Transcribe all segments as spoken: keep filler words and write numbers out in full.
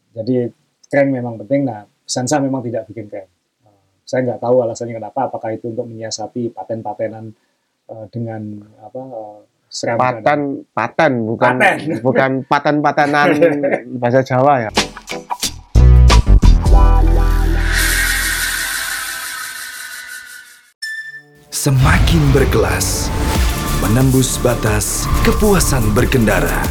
jadi keren memang penting. Nah, Sensa memang tidak bikin keren. Uh, saya nggak tahu alasannya kenapa. Apakah itu untuk menyiasati paten-patenan uh, dengan apa? Uh, Paten, paten bukan paten. bukan paten-patenan bahasa Jawa ya. Semakin berkelas, menembus batas kepuasan berkendara.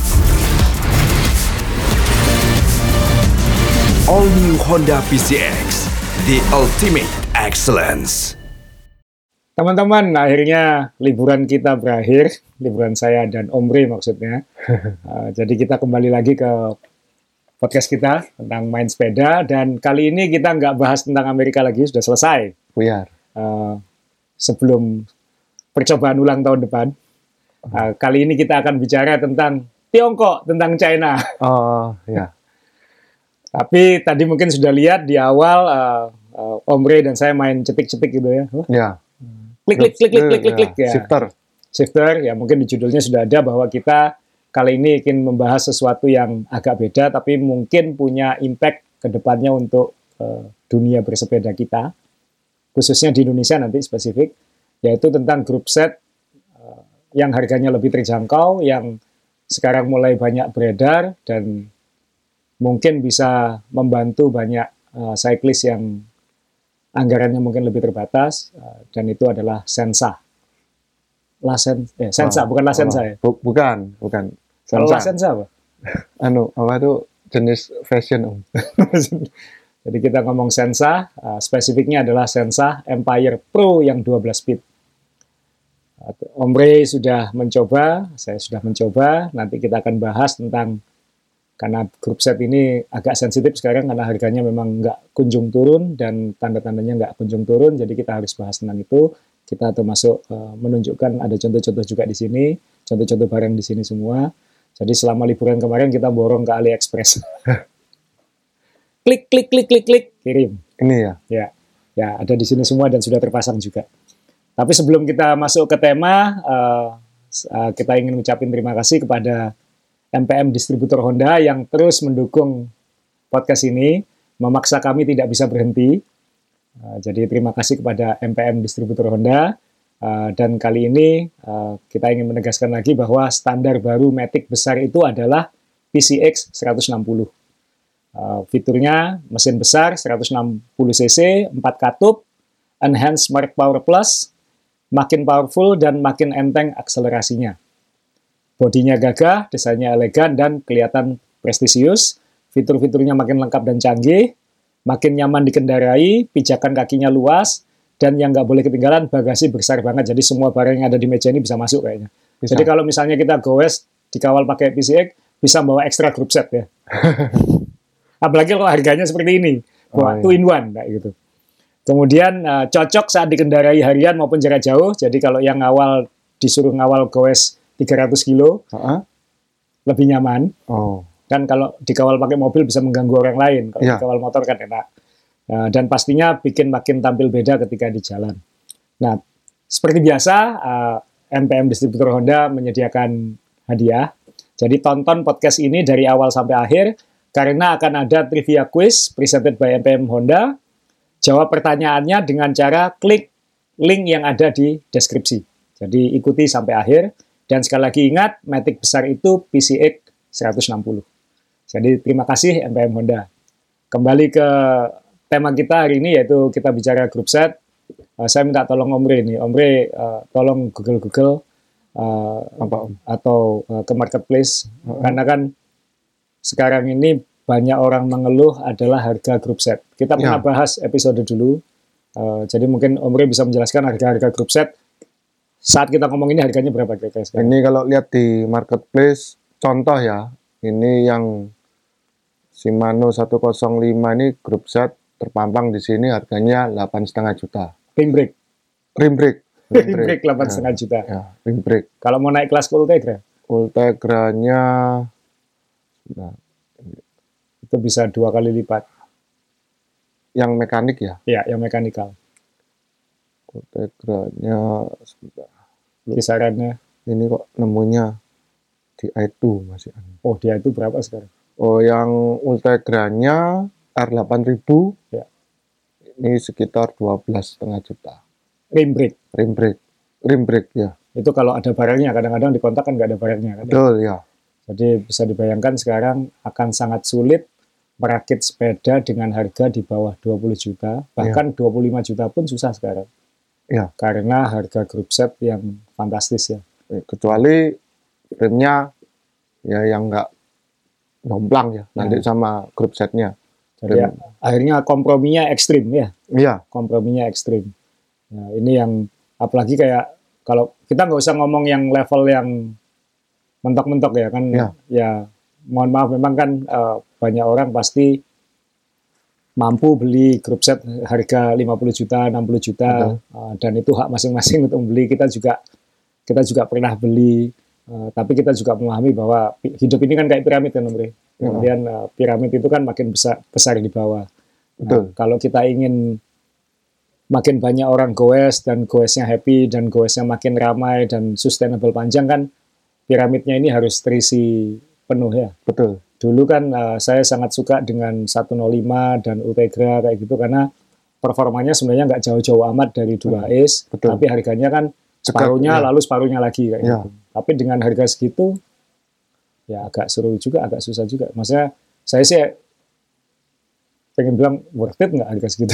All New Honda P C X, the ultimate excellence. Teman-teman, akhirnya liburan kita berakhir, liburan saya dan Omri maksudnya. uh, jadi kita kembali lagi ke podcast kita tentang main sepeda, dan kali ini kita nggak bahas tentang Amerika lagi, sudah selesai. Buyar. Uh, sebelum percobaan ulang tahun depan, uh, kali ini kita akan bicara tentang Tiongkok, tentang China. Oh ya. Tapi tadi mungkin sudah lihat di awal uh, uh, Omri dan saya main cetik-cetik gitu ya. Oh. Ya. Klik, klik, klik, klik, klik, klik, ya. Shifter. Shifter, ya mungkin di judulnya sudah ada bahwa kita kali ini ingin membahas sesuatu yang agak beda, tapi mungkin punya impact ke depannya untuk uh, dunia bersepeda kita, khususnya di Indonesia nanti spesifik, yaitu tentang group set uh, yang harganya lebih terjangkau, yang sekarang mulai banyak beredar, dan mungkin bisa membantu banyak uh, cyclist yang anggarannya mungkin lebih terbatas, uh, dan itu adalah Sensa. La Sen, eh, Sensa, oh, bukan La Sensa oh, ya? Bu, bukan, bukan. Kalau La Sensa apa? Anu, apa itu jenis fashion om? Jadi kita ngomong Sensa, uh, spesifiknya adalah Sensa Empire Pro yang dua belas speed. Uh, Omri sudah mencoba, saya sudah mencoba, nanti kita akan bahas tentang, karena grup set ini agak sensitif sekarang karena harganya memang nggak kunjung turun dan tanda-tandanya nggak kunjung turun, jadi kita harus bahas tentang itu. Kita termasuk uh, menunjukkan ada contoh-contoh juga di sini, contoh-contoh barang di sini semua. Jadi selama liburan kemarin kita borong ke AliExpress. klik, klik, klik, klik, klik, kirim. Ini ya? Ya, ya ada di sini semua dan sudah terpasang juga. Tapi sebelum kita masuk ke tema, uh, uh, kita ingin mengucapkan terima kasih kepada M P M Distributor Honda yang terus mendukung podcast ini, memaksa kami tidak bisa berhenti. Uh, jadi terima kasih kepada M P M Distributor Honda. Uh, dan kali ini uh, kita ingin menegaskan lagi bahwa standar baru Matic besar itu adalah P C X seratus enam puluh. Uh, fiturnya mesin besar seratus enam puluh cc, empat katup, Enhanced Smart Power Plus, makin powerful dan makin enteng akselerasinya. Bodinya gagah, desainnya elegan, dan kelihatan prestisius. Fitur-fiturnya makin lengkap dan canggih, makin nyaman dikendarai, pijakan kakinya luas, dan yang nggak boleh ketinggalan, bagasi besar banget. Jadi semua barang yang ada di meja ini bisa masuk kayaknya. Bisa. Jadi kalau misalnya kita goes, dikawal pakai P C X, bisa bawa ekstra group set ya. Apalagi kalau harganya seperti ini, buat oh, two in one, kayak gitu. Kemudian uh, cocok saat dikendarai harian maupun jarak jauh. Jadi kalau yang ngawal, disuruh ngawal goes tiga ratus kilo, uh-huh. lebih nyaman. Oh. Kan kalau dikawal pakai mobil bisa mengganggu orang lain. Kalau yeah. dikawal motor kan enak. Nah, dan pastinya bikin makin tampil beda ketika di jalan. Nah, seperti biasa, uh, M P M Distributor Honda menyediakan hadiah. Jadi tonton podcast ini dari awal sampai akhir, karena akan ada trivia quiz presented by M P M Honda. Jawab pertanyaannya dengan cara klik link yang ada di deskripsi. Jadi ikuti sampai akhir. Dan sekali lagi ingat, Matic besar itu P C X seratus enam puluh. Jadi terima kasih M P M Honda. Kembali ke tema kita hari ini, yaitu kita bicara group set. Uh, saya minta tolong Omri ini. Omri uh, tolong Google-Google uh, apa om? Atau uh, ke marketplace. Uh-huh. Karena kan sekarang ini banyak orang mengeluh adalah harga group set. Kita pernah ya. bahas episode dulu. Uh, jadi mungkin Omri bisa menjelaskan harga-harga group set. Saat kita ngomong ini harganya berapa kira-kira sekarang? Ini kalau lihat di marketplace, contoh ya, ini yang Shimano seratus lima ini grup set terpampang di sini harganya delapan koma lima juta. Ring brake. Rim brake. Ring brake delapan koma lima juta. Ya, ring brake. Kalau mau naik kelas ke Ultegra? Ultegranya nah, itu bisa dua kali lipat. Yang mekanik ya? Iya, yang mekanikal. Ultegranya sebentar. Kisarannya? Ini kok nemunya di i dua masih. Oh, di i dua berapa sekarang? Oh, yang Ultegranya R delapan ribu Ya. ini sekitar dua belas setengah juta. Rim brake. Rim brake, rim brake ya. Itu kalau ada barangnya, kadang-kadang di kontak kan nggak ada barangnya. Kan? Betul ya. Jadi bisa dibayangkan sekarang akan sangat sulit merakit sepeda dengan harga di bawah dua puluh juta, bahkan dua puluh lima juta pun susah sekarang. Ya. Karena harga group set yang fantastis ya. Kecuali rimnya ya yang nggak jomplang ya, nanti Nah. sama group setnya. Jadi ya, akhirnya komprominya ekstrim ya. Iya. Komprominya ekstrim. Nah, ini yang apalagi kayak kalau kita nggak usah ngomong yang level yang mentok-mentok ya kan. Ya. Ya mohon maaf memang kan uh, banyak orang pasti mampu beli grup set harga lima puluh juta, enam puluh juta, uh, dan itu hak masing-masing untuk beli. Kita juga kita juga pernah beli, uh, tapi kita juga memahami bahwa hidup ini kan kayak piramid kan, Om Bre. Kemudian uh, piramid itu kan makin besar besar di bawah. Nah, kalau kita ingin makin banyak orang goes dan goesnya happy dan goesnya makin ramai dan sustainable panjang kan, piramidnya ini harus terisi penuh ya. Betul. Dulu kan uh, saya sangat suka dengan seratus lima dan Ultegra kayak gitu karena performanya sebenarnya nggak jauh-jauh amat dari dua Ace, tapi harganya kan separuhnya ya. lalu separuhnya lagi kayak Ya. gitu. Tapi dengan harga segitu ya agak seru juga, agak susah juga. Maksudnya saya sih pengen bilang worth it nggak harga segitu.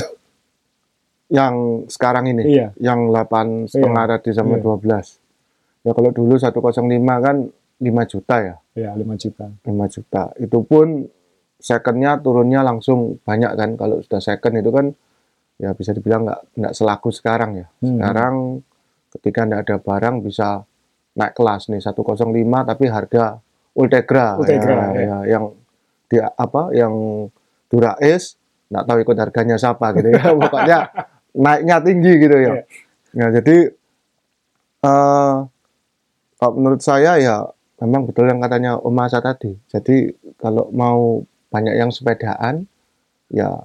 Yang sekarang ini, Iya. yang delapan setengah Iya. tadi sama Iya. dua belas. Ya kalau dulu seratus lima kan lima juta ya. Ya lima juta. lima juta. Itu pun secondnya turunnya langsung banyak kan. Kalau sudah second itu kan ya bisa dibilang nggak nggak selaku sekarang ya. Hmm. Sekarang ketika nggak ada barang bisa naik kelas nih seratus lima tapi harga Ultegra, Ultegra, ya, ya. ya, yang di apa yang Dura Ace nggak tahu ikut harganya siapa gitu ya. Pokoknya naiknya tinggi gitu ya. Yeah. Ya jadi uh, kalau menurut saya ya memang betul yang katanya Om Asa tadi. Jadi kalau mau banyak yang sepedaan ya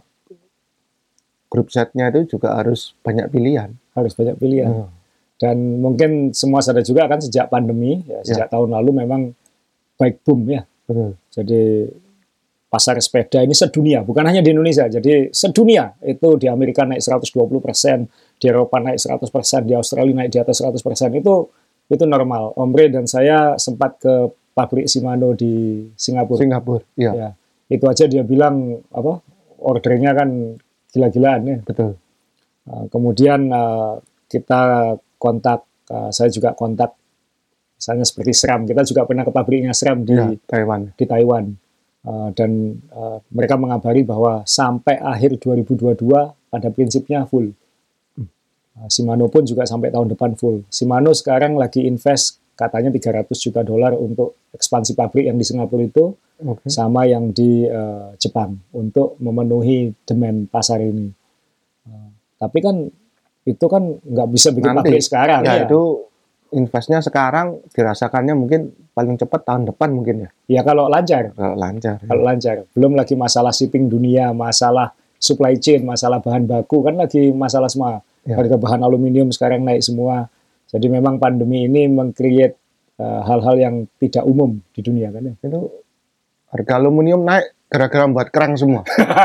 grup setnya itu juga harus banyak pilihan. Harus banyak pilihan. Hmm. Dan mungkin semua sadar juga kan sejak pandemi, ya, sejak ya. tahun lalu memang bike boom ya. Betul. Jadi pasar sepeda ini sedunia, bukan hanya di Indonesia. Jadi sedunia itu di Amerika naik seratus dua puluh persen, di Eropa naik seratus persen, di Australia naik di atas seratus persen. Itu itu normal. Om Bre dan saya sempat ke pabrik Shimano di Singapura. Singapura, iya. Ya, itu aja dia bilang apa? Ordernya kan gila-gilaan ya. Betul. Uh, kemudian uh, kita kontak, uh, saya juga kontak, misalnya seperti SRAM, kita juga pernah ke pabriknya SRAM di ya, Taiwan. Di Taiwan. Uh, dan uh, mereka mengabari bahwa sampai akhir dua ribu dua puluh dua pada prinsipnya full. Uh, Shimano pun juga sampai tahun depan full. Shimano sekarang lagi invest katanya tiga ratus juta dolar untuk ekspansi pabrik yang di Singapura itu, okay. sama yang di uh, Jepang untuk memenuhi demand pasar ini. Uh, tapi kan itu kan nggak bisa bikin Nanti, pabrik sekarang ya, ya. Itu investnya sekarang dirasakannya mungkin paling cepat tahun depan mungkin ya. Ya kalau lancar. Kalau lancar. Kalau ya. lancar. Belum lagi masalah shipping dunia, masalah supply chain, masalah bahan baku kan lagi masalah semua. Ya. Harga bahan aluminium sekarang naik semua. Jadi memang pandemi ini meng-create uh, hal-hal yang tidak umum di dunia kan ya. Itu harga aluminium naik gara-gara buat kerang semua.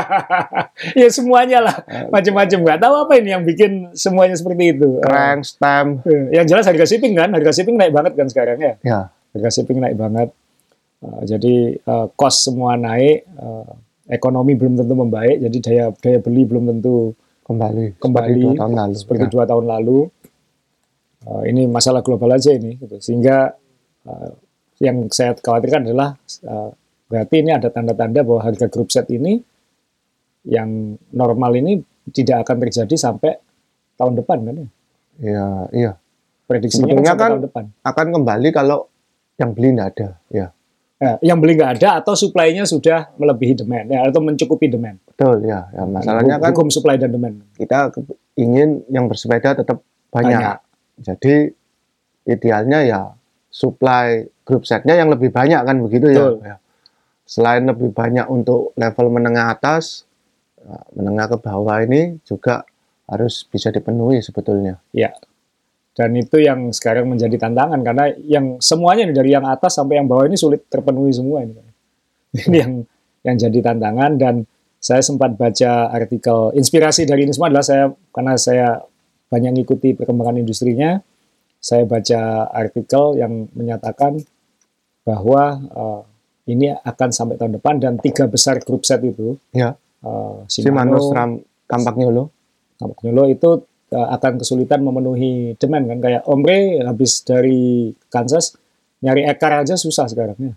Ya semuanya lah, macam-macam. Nggak tahu apa ini yang bikin semuanya seperti itu. Kerang, stem. Yang jelas harga shipping kan, harga shipping naik banget kan sekarang ya. Ya. Harga shipping naik banget. Uh, jadi uh, cost semua naik, uh, ekonomi belum tentu membaik, jadi daya daya beli belum tentu kembali kembali seperti dua tahun lalu. Seperti ya. dua tahun lalu. Uh, ini masalah global aja ini, gitu. Sehingga uh, yang saya khawatirkan adalah uh, berarti ini ada tanda-tanda bahwa harga grup set ini yang normal ini tidak akan terjadi sampai tahun depan kan ya? Iya, iya. Prediksinya Sebetulnya kan, kan tahun depan. Akan kembali kalau yang beli nggak ada, ya. Ya, yang beli nggak ada atau supply-nya sudah melebihi demand ya, atau mencukupi demand. Betul ya. Ya masalahnya kan hukum supply dan demand. Kita ingin yang bersepeda tetap banyak. banyak. Jadi idealnya ya supply grup setnya yang lebih banyak kan begitu ya. ya. Selain lebih banyak untuk level menengah atas, menengah ke bawah ini juga harus bisa dipenuhi sebetulnya. Ya. Dan itu yang sekarang menjadi tantangan karena yang semuanya dari yang atas sampai yang bawah ini sulit terpenuhi semua ini. Ini yang yang jadi tantangan. Dan saya sempat baca artikel, inspirasi dari ini semua adalah saya, karena saya banyak ngikuti perkembangan industrinya, saya baca artikel yang menyatakan bahwa uh, ini akan sampai tahun depan, dan tiga besar grup set itu, Ya. uh, Shimano, Shimano, SRAM, Campagnolo. Campagnolo itu uh, akan kesulitan memenuhi demand kan. Kayak Ombre habis dari Kansas, nyari ekar aja susah sekarang ya.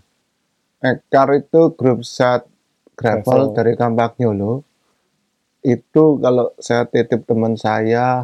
Ekar itu grup set gravel, Gravel. dari Campagnolo. Itu kalau saya titip teman saya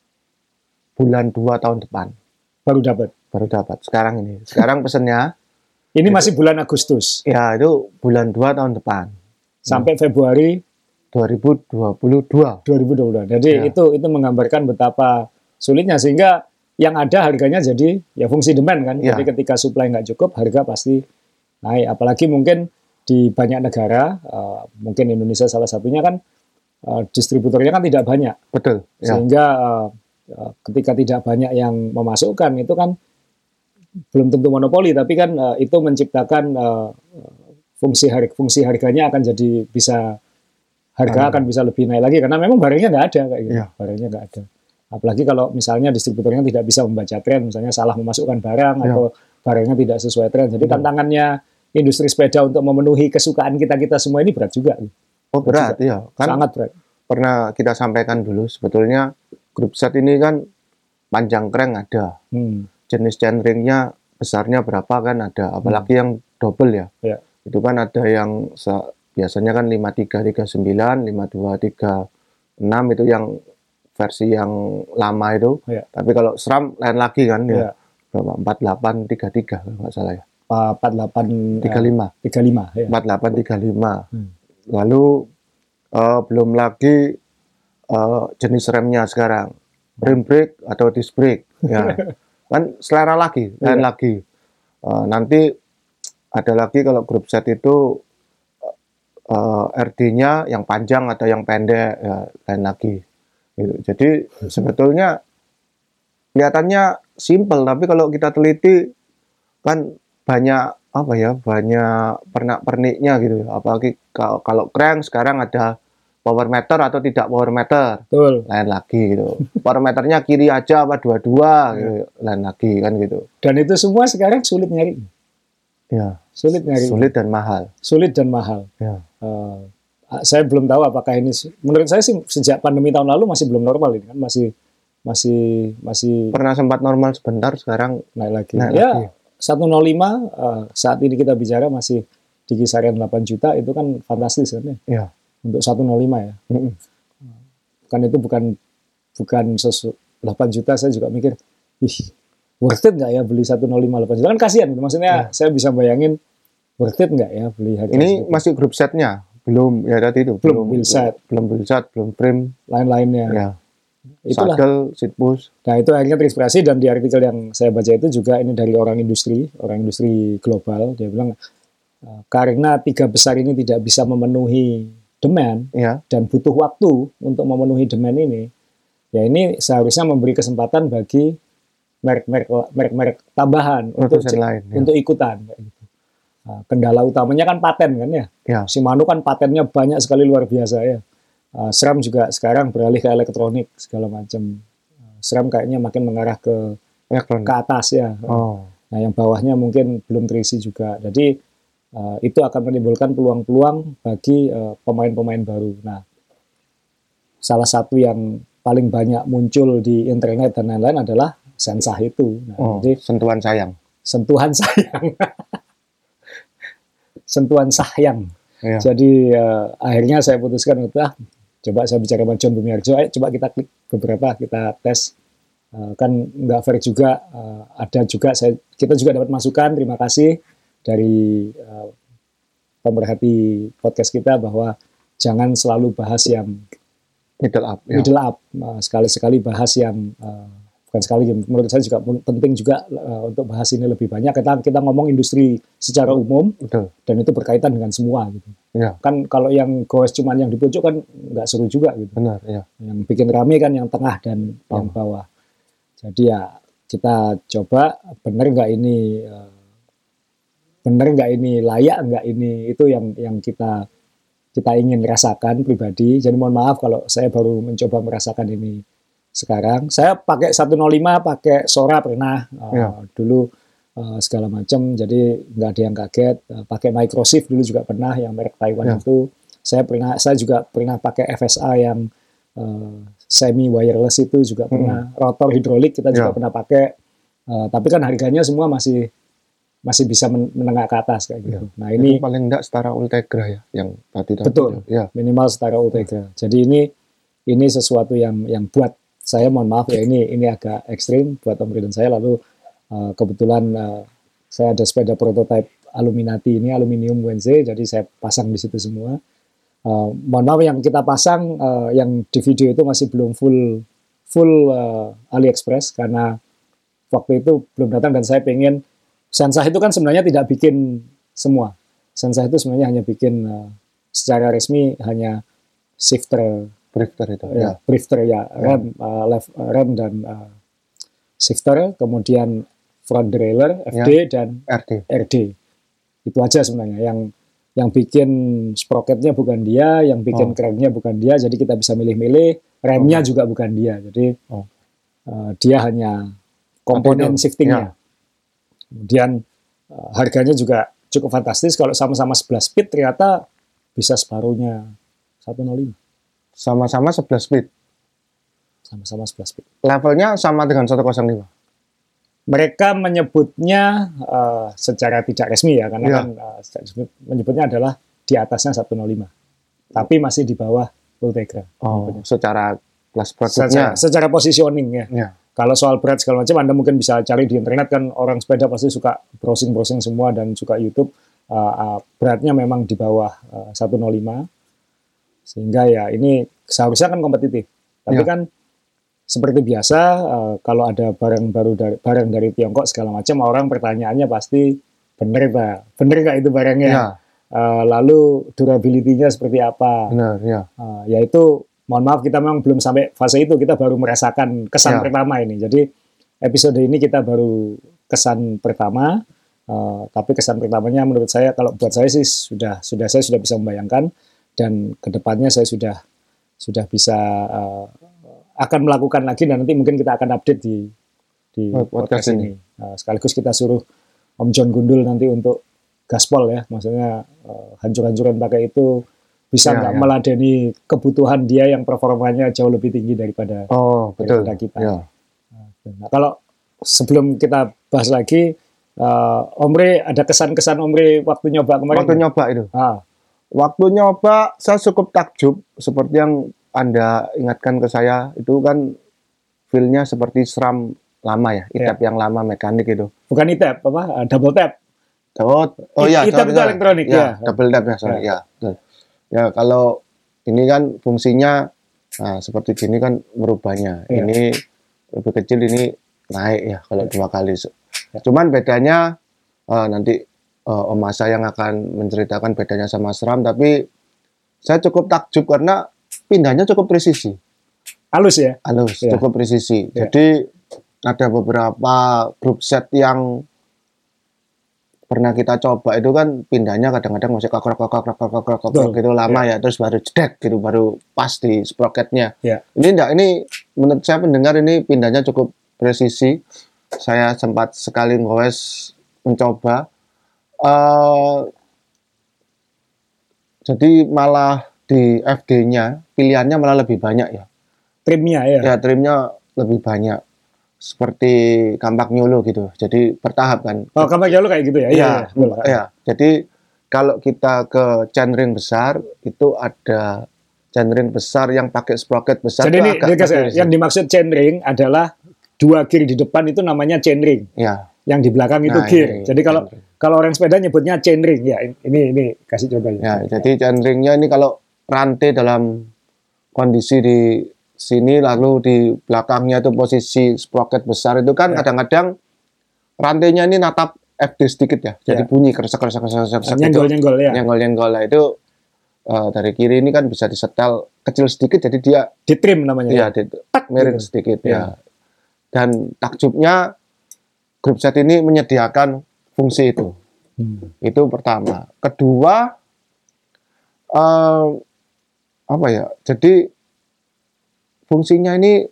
bulan dua tahun depan Baru dapat. baru dapat. Sekarang ini. Sekarang pesennya Ini masih bulan Agustus ya itu bulan dua tahun depan. sampai Februari dua ribu dua puluh dua. dua ribu dua puluh. Jadi Ya. itu itu menggambarkan betapa sulitnya, sehingga yang ada harganya jadi ya fungsi demand kan. Ya. Jadi ketika supply nggak cukup, harga pasti naik. Apalagi mungkin di banyak negara, uh, mungkin Indonesia salah satunya kan, uh, distributornya kan tidak banyak, Betul. Ya. sehingga uh, uh, ketika tidak banyak yang memasukkan itu kan belum tentu monopoli, tapi kan uh, itu menciptakan uh, fungsi harga, fungsi harganya akan jadi bisa harga Hmm. akan bisa lebih naik lagi karena memang barangnya nggak ada kayak gitu. Iya. Barangnya nggak ada. Apalagi kalau misalnya distributornya tidak bisa membaca tren, misalnya salah memasukkan barang Iya. atau barangnya tidak sesuai tren. Jadi tantangannya industri sepeda untuk memenuhi kesukaan kita-kita semua ini berat juga. Oh berat ya. Kan Sangat berat. pernah kita sampaikan dulu sebetulnya grup set ini kan panjang crank ada. Hmm. Jenis chainringnya besarnya berapa kan ada, apalagi yang double ya. Ya. Itu kan ada yang se- biasanya kan lima tiga tiga sembilan, lima dua tiga enam itu yang versi yang lama itu. Ya. Tapi kalau SRAM lain lagi kan Ya. ya. Berapa? empat delapan tiga tiga kalau nggak salah ya. empat delapan tiga lima. tiga lima ya. empat delapan tiga lima. Hmm. Lalu eh, belum lagi eh, jenis remnya sekarang. Rim brake atau disc brake ya. Kan selera lagi, lain Iya. lagi. Eh, nanti ada lagi kalau grup set itu eh, R D-nya yang panjang atau yang pendek ya lain lagi. Gitu. Jadi sebetulnya kelihatannya simple, tapi kalau kita teliti kan banyak apa ya, banyak pernak-perniknya gitu. Apalagi kalau, kalau crank sekarang ada power meter atau tidak power meter, Betul. lain lagi gitu. Power meternya kiri aja apa dua-dua gitu, lain lagi kan gitu. Dan itu semua sekarang sulit nyari. Ya, Sulit nyari. sulit dan mahal. Sulit dan mahal. Ya. Uh, saya belum tahu apakah ini, menurut saya sih sejak pandemi tahun lalu masih belum normal ini kan, masih masih masih Pernah sempat normal sebentar, sekarang naik lagi. naik Ya, lagi. seratus lima uh, saat ini kita bicara masih di kisaran delapan juta, itu kan fantastis kan ya. Ya. Untuk seratus lima ya. Mm-mm. Kan itu bukan bukan sesu, delapan juta, saya juga mikir, ih, worth it nggak ya beli seratus lima delapan juta? Kan kasihan gitu. Maksudnya saya bisa bayangin worth it nggak ya beli harga Ini segitu. masih grup setnya, belum ya tadi itu, Belum wheel set. belum wheel set, belum frame, Lain-lainnya. ya, Itulah. saddle, seat push, Nah itu akhirnya terinspirasi, dan di artikel yang saya baca itu juga ini dari orang industri, orang industri global, dia bilang uh, karena tiga besar ini tidak bisa memenuhi demand ya, dan butuh waktu untuk memenuhi demand ini, ya ini seharusnya memberi kesempatan bagi merek-merek merek-merek tambahan untuk produsen lain. Ya. untuk ikutan. Kayak gitu. Nah, kendala utamanya kan paten kan ya. Ya. Shimano kan patennya banyak sekali, luar biasa ya. Uh, SRAM juga sekarang beralih ke elektronik segala macam. Uh, SRAM kayaknya makin mengarah ke Elektronik. ke atas ya. Oh, Nah, yang bawahnya mungkin belum terisi juga. Jadi uh, itu akan menimbulkan peluang-peluang bagi uh, pemain-pemain baru. Nah, salah satu yang paling banyak muncul di internet dan lain-lain adalah Sensah itu. Nah, oh, jadi sentuhan sayang. sentuhan sayang. Sentuhan sayang. Ya. Jadi uh, akhirnya saya putuskan untuk ah, coba saya bicara sama John Bumiarjo, ayo coba kita klik beberapa, kita tes. Uh, kan nggak fair juga, uh, ada juga saya kita juga dapat masukan, terima kasih dari uh, pemerhati podcast kita bahwa jangan selalu bahas yang Middle up. Ya. middle up, uh, sekali-sekali bahas yang uh, bukan sekali, menurut saya juga penting juga uh, untuk bahas ini lebih banyak. Kita kita ngomong industri secara umum Betul. dan itu berkaitan dengan semua gitu. Ya, Kan kalau yang goes cuman yang di pojok kan nggak seru juga gitu. benar. Ya. Yang bikin rame kan yang tengah dan Oh. yang bawah. Jadi ya kita coba benar nggak ini uh, benar nggak ini layak nggak ini, itu yang yang kita kita ingin rasakan pribadi. Jadi mohon maaf kalau saya baru mencoba merasakan ini sekarang. Saya pakai seratus lima, pakai Sora pernah uh, Ya. dulu uh, segala macam. Jadi nggak ada yang kaget. Uh, pakai Microsoft dulu juga pernah, yang merek Taiwan Ya. itu. Saya pernah, saya juga pernah pakai F S A yang uh, semi wireless itu juga pernah. Rotor hidrolik kita juga Ya. pernah pakai. Uh, tapi kan harganya semua masih masih bisa men- menengah ke atas kayak gitu. Nah ini Itu paling enggak setara Ultegra ya, yang tadi tadi. betul, Ya. minimal setara Ultegra. Jadi ini ini sesuatu yang yang buat saya, mohon maaf ya, ini ini agak ekstrim buat Om Ri dan saya. Lalu uh, kebetulan uh, saya ada sepeda prototipe Aluminati ini, aluminium W N Z, jadi saya pasang di situ semua. Uh, mohon maaf yang kita pasang, uh, yang di video itu masih belum full full uh, AliExpress karena waktu itu belum datang, dan saya pengen Sensah itu kan sebenarnya tidak bikin semua. Sensah itu sebenarnya hanya bikin uh, secara resmi hanya shifter, Drifter itu. ya, Ya. drifter ya, rem, uh, left, uh, rem dan uh, shifter, kemudian front derailleur F D dan R D. R D. Itu aja sebenarnya yang yang bikin sprocketnya bukan dia, yang bikin Oh. cranknya bukan dia, jadi kita bisa milih-milih. Remnya juga bukan dia, jadi Oh. uh, dia hanya komponen Satu itu. shiftingnya. Kemudian uh, harganya juga cukup fantastis. Kalau sama-sama sebelas speed ternyata bisa separuhnya seratus lima. Sama-sama sebelas speed. Sama-sama sebelas speed. Levelnya sama dengan seratus lima. Mereka menyebutnya uh, secara tidak resmi ya, karena Ya. kan uh, secara resmi menyebutnya adalah di atasnya seratus lima. Tapi masih di bawah Ultegra. Oh, secara kelas Secara, produknya. secara positioning ya. Ya. Kalau soal berat segala macam, Anda mungkin bisa cari di internet, kan orang sepeda pasti suka browsing-browsing semua dan suka YouTube. Uh, uh, beratnya memang di bawah uh, seratus lima, sehingga ya ini seharusnya kan kompetitif. Tapi Ya. kan seperti biasa, uh, kalau ada barang baru dari barang dari Tiongkok segala macam, orang pertanyaannya pasti bener pak, bener nggak itu barangnya? Ya, Uh, lalu durability-nya seperti apa? benar ya. Uh, yaitu mohon maaf kita memang belum sampai fase itu, kita baru merasakan kesan Ya. pertama ini. Jadi episode ini kita baru kesan pertama, uh, tapi kesan pertamanya menurut saya, kalau buat saya sih sudah sudah saya sudah bisa membayangkan, dan kedepannya saya sudah sudah bisa uh, akan melakukan lagi, dan nanti mungkin kita akan update di di Oh, podcast podcast ini. Uh, sekaligus kita suruh Om John Gundul nanti untuk gaspol ya, maksudnya uh, hancur-hancuran pakai itu bisa Ya, nggak ya. meladeni kebutuhan dia yang performanya jauh lebih tinggi daripada Oh, betul. daripada kita. Ya. Nah, kalau sebelum kita bahas lagi, uh, Om Ri, ada kesan-kesan Om Ri waktu nyoba kemarin? Waktu nyoba itu. Ah, Waktu nyoba saya cukup takjub seperti yang Anda ingatkan ke saya, itu kan feel-nya seperti SRAM lama ya, Ya. I T A P yang lama mekanik itu. bukan I T A P, apa? Uh, double tap. Oh, oh I- ya, I T A P sorry, itu sorry. elektronik, ya. ya. Double tap ya, sorry, ya. betul. Ya, kalau ini kan fungsinya nah, seperti gini kan merubahnya. Ya. Ini lebih kecil, ini naik ya kalau dua kali. Cuman bedanya eh, nanti eh, Om Asa yang akan menceritakan bedanya sama SRAM, tapi saya cukup takjub karena pindahnya cukup presisi. Halus ya? Halus, Ya. cukup presisi. Ya. Jadi ada beberapa grup set yang pernah kita coba itu kan pindahnya kadang-kadang masih kakrok kakrok kakrok kakrok Betul. gitu lama ya, terus baru jedek gitu, baru pas di sprocketnya. Ya. Ini enggak, ini menurut saya pendengar ini pindahnya cukup presisi. Saya sempat sekali ngowes mencoba. Eh, jadi malah di F D-nya pilihannya malah lebih banyak ya. Trimnya ya? Ya, trimnya lebih banyak. Seperti kampak nyolo gitu. Jadi bertahap kan. Oh, kamar jauh kayak gitu ya? Iya, Ya, betul. ya. Jadi kalau kita ke chainring besar itu ada chainring besar yang pakai sprocket besar. Jadi itu ini, agak ini guys, ya, presisi. yang dimaksud chainring adalah dua gear di depan itu namanya chainring. Ya. Yang di belakang itu Nah, gear. ini Jadi kalau chainring. kalau orang sepeda nyebutnya chainring ya. Ini ini kasih coba ya. Ya, jadi chainringnya ini kalau rantai dalam kondisi di sini lalu di belakangnya itu posisi sprocket besar itu kan Ya. kadang-kadang rantainya ini natap F D sedikit ya. Jadi Ya. bunyi kresek-kresek-kresek Nyenggol nyenggol ya. nyenggol-nyenggol. Nah, itu eh, dari kiri ini kan bisa disetel kecil sedikit jadi dia Di trim namanya. ya di, Tak miring gitu. sedikit Ya. ya. Dan takjubnya grup set ini menyediakan fungsi itu. Hmm. Itu pertama. Kedua, uh, apa ya? Jadi fungsinya ini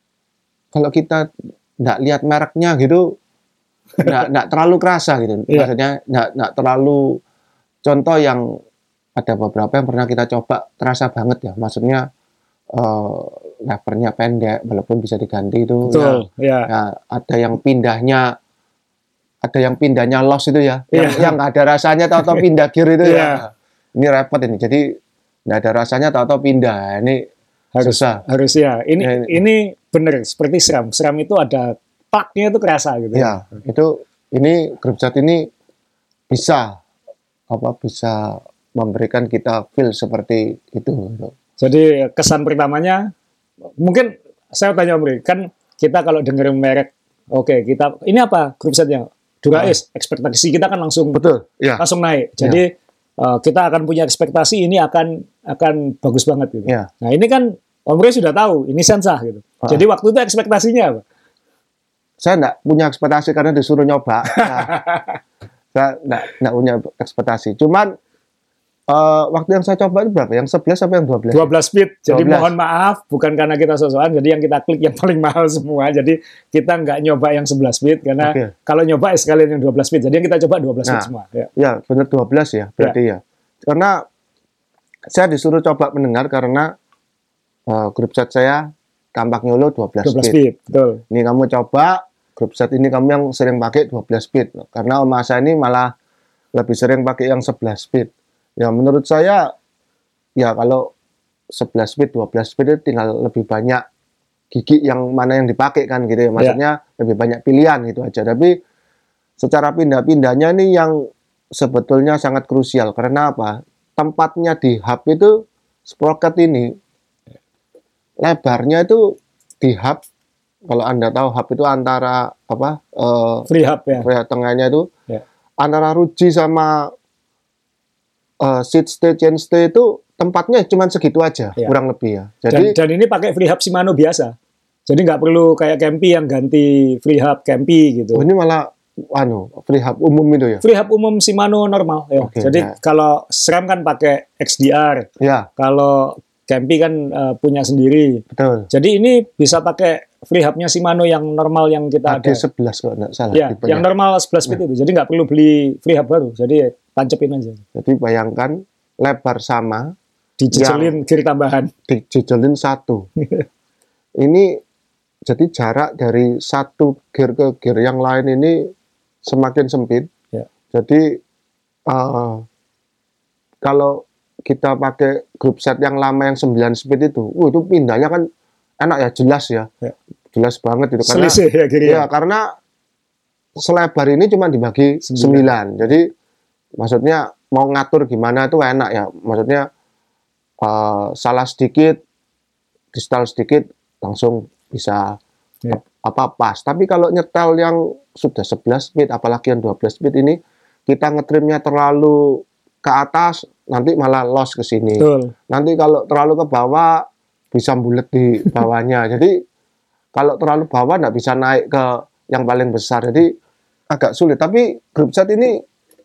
kalau kita nggak lihat mereknya gitu, nggak nggak terlalu kerasa gitu. Iya. Maksudnya nggak nggak terlalu. Contoh yang ada beberapa yang pernah kita coba terasa banget ya. Maksudnya uh, levernya pendek, walaupun bisa diganti itu. Betul. Ya, Ya. ya, ada yang pindahnya, ada yang pindahnya loss itu ya, yang Iya. yang nggak ada rasanya tahu-tahu pindah gear itu Iya. ya. Ini repot ini. Jadi nggak ada rasanya tahu-tahu pindah. Ini Harus susah. harus ya. Ini Ya, ini, ini bener seperti SRAM. SRAM itu ada plaknya itu kerasa gitu. Ya, itu ini grup chat ini bisa apa bisa memberikan kita feel seperti itu. Jadi kesan pertamanya mungkin saya tanya Om Ri, kan kita kalau dengar merek, oke kita ini apa grup setnya? Durais, ekspektasi kita kan langsung Betul. Ya. langsung naik. Jadi uh, kita akan punya ekspektasi ini akan akan bagus banget gitu. Ya. Nah ini kan Om Ri sudah tahu ini sensah gitu. Ah. Jadi waktu itu ekspektasinya apa? Saya enggak punya ekspektasi karena disuruh nyoba. Nah, saya enggak enggak punya ekspektasi. Cuman uh, waktu yang saya coba itu berapa? Yang sebelas sampai yang dua belas? dua belas speed. Jadi dua belas. mohon maaf, bukan karena kita sosokan, jadi yang kita klik yang paling mahal semua. Jadi kita nggak nyoba yang sebelas speed, karena Oke. kalau nyoba ya sekalian yang dua belas speed. Jadi yang kita coba dua belas speed Nah. semua. Ya. Ya, benar dua belas ya, berarti ya. Karena saya disuruh coba mendengar karena uh, grup chat saya tampak nyolo dua belas dua belas speed. speed, betul. Ini kamu coba grup chat ini kamu yang sering pakai dua belas speed. Karena Om Asa ini malah lebih sering pakai yang sebelas speed. Ya menurut saya ya kalau sebelas speed, dua belas speed itu tinggal lebih banyak gigi yang mana yang dipakai kan gitu ya. Maksudnya lebih banyak pilihan gitu aja. Tapi secara pindah-pindahnya nih yang sebetulnya sangat krusial. Karena apa? Tempatnya di hub itu sprocket ini lebarnya itu di hub. Kalau Anda tahu hub itu antara apa? eh, Free hub ya. Free hub tengahnya itu Ya. antara ruji sama eh, seat stay, chain stay itu tempatnya cuma segitu aja, Ya. kurang lebih ya. Dan, Jadi dan ini pakai free hub Shimano biasa. Jadi nggak perlu kayak Campy yang ganti free hub Campy gitu. oh, ini malah anu free hub umum itu ya. Free hub umum Shimano normal ya. Oke, Jadi ya. kalau SRAM kan pakai X D R, Ya, kalau Campy kan eh, punya sendiri. betul. Jadi ini bisa pakai free hubnya Shimano yang normal yang kita A D ada. sebelas kalau nggak salah. Ya, tipenya. yang normal sebelas speed itu. Jadi nggak perlu beli free hub baru. Jadi tancepin aja. Jadi bayangkan lebar sama Dijejelin gear tambahan. dijejelin satu. Ini jadi jarak dari satu gear ke gear yang lain ini semakin sempit. Ya. Jadi eh, kalau kita pakai grup set yang lama yang sembilan speed itu, uh, itu pindahnya kan enak ya, jelas ya. Ya. Jelas banget itu karena Selisih ya gear. ya karena selebar ini cuma dibagi Sembilan. sembilan. Jadi maksudnya mau ngatur gimana itu enak ya. Maksudnya eh, salah sedikit, distal sedikit langsung bisa Ya. apa pas. Tapi kalau nyetel yang sudah sebelas speed apalagi yang dua belas speed ini kita ngetrimnya terlalu ke atas nanti malah loss ke sini. Betul. Nanti kalau terlalu ke bawah bisa bulet di bawahnya. Jadi kalau terlalu bawah nggak bisa naik ke yang paling besar. Jadi agak sulit. Tapi grup set ini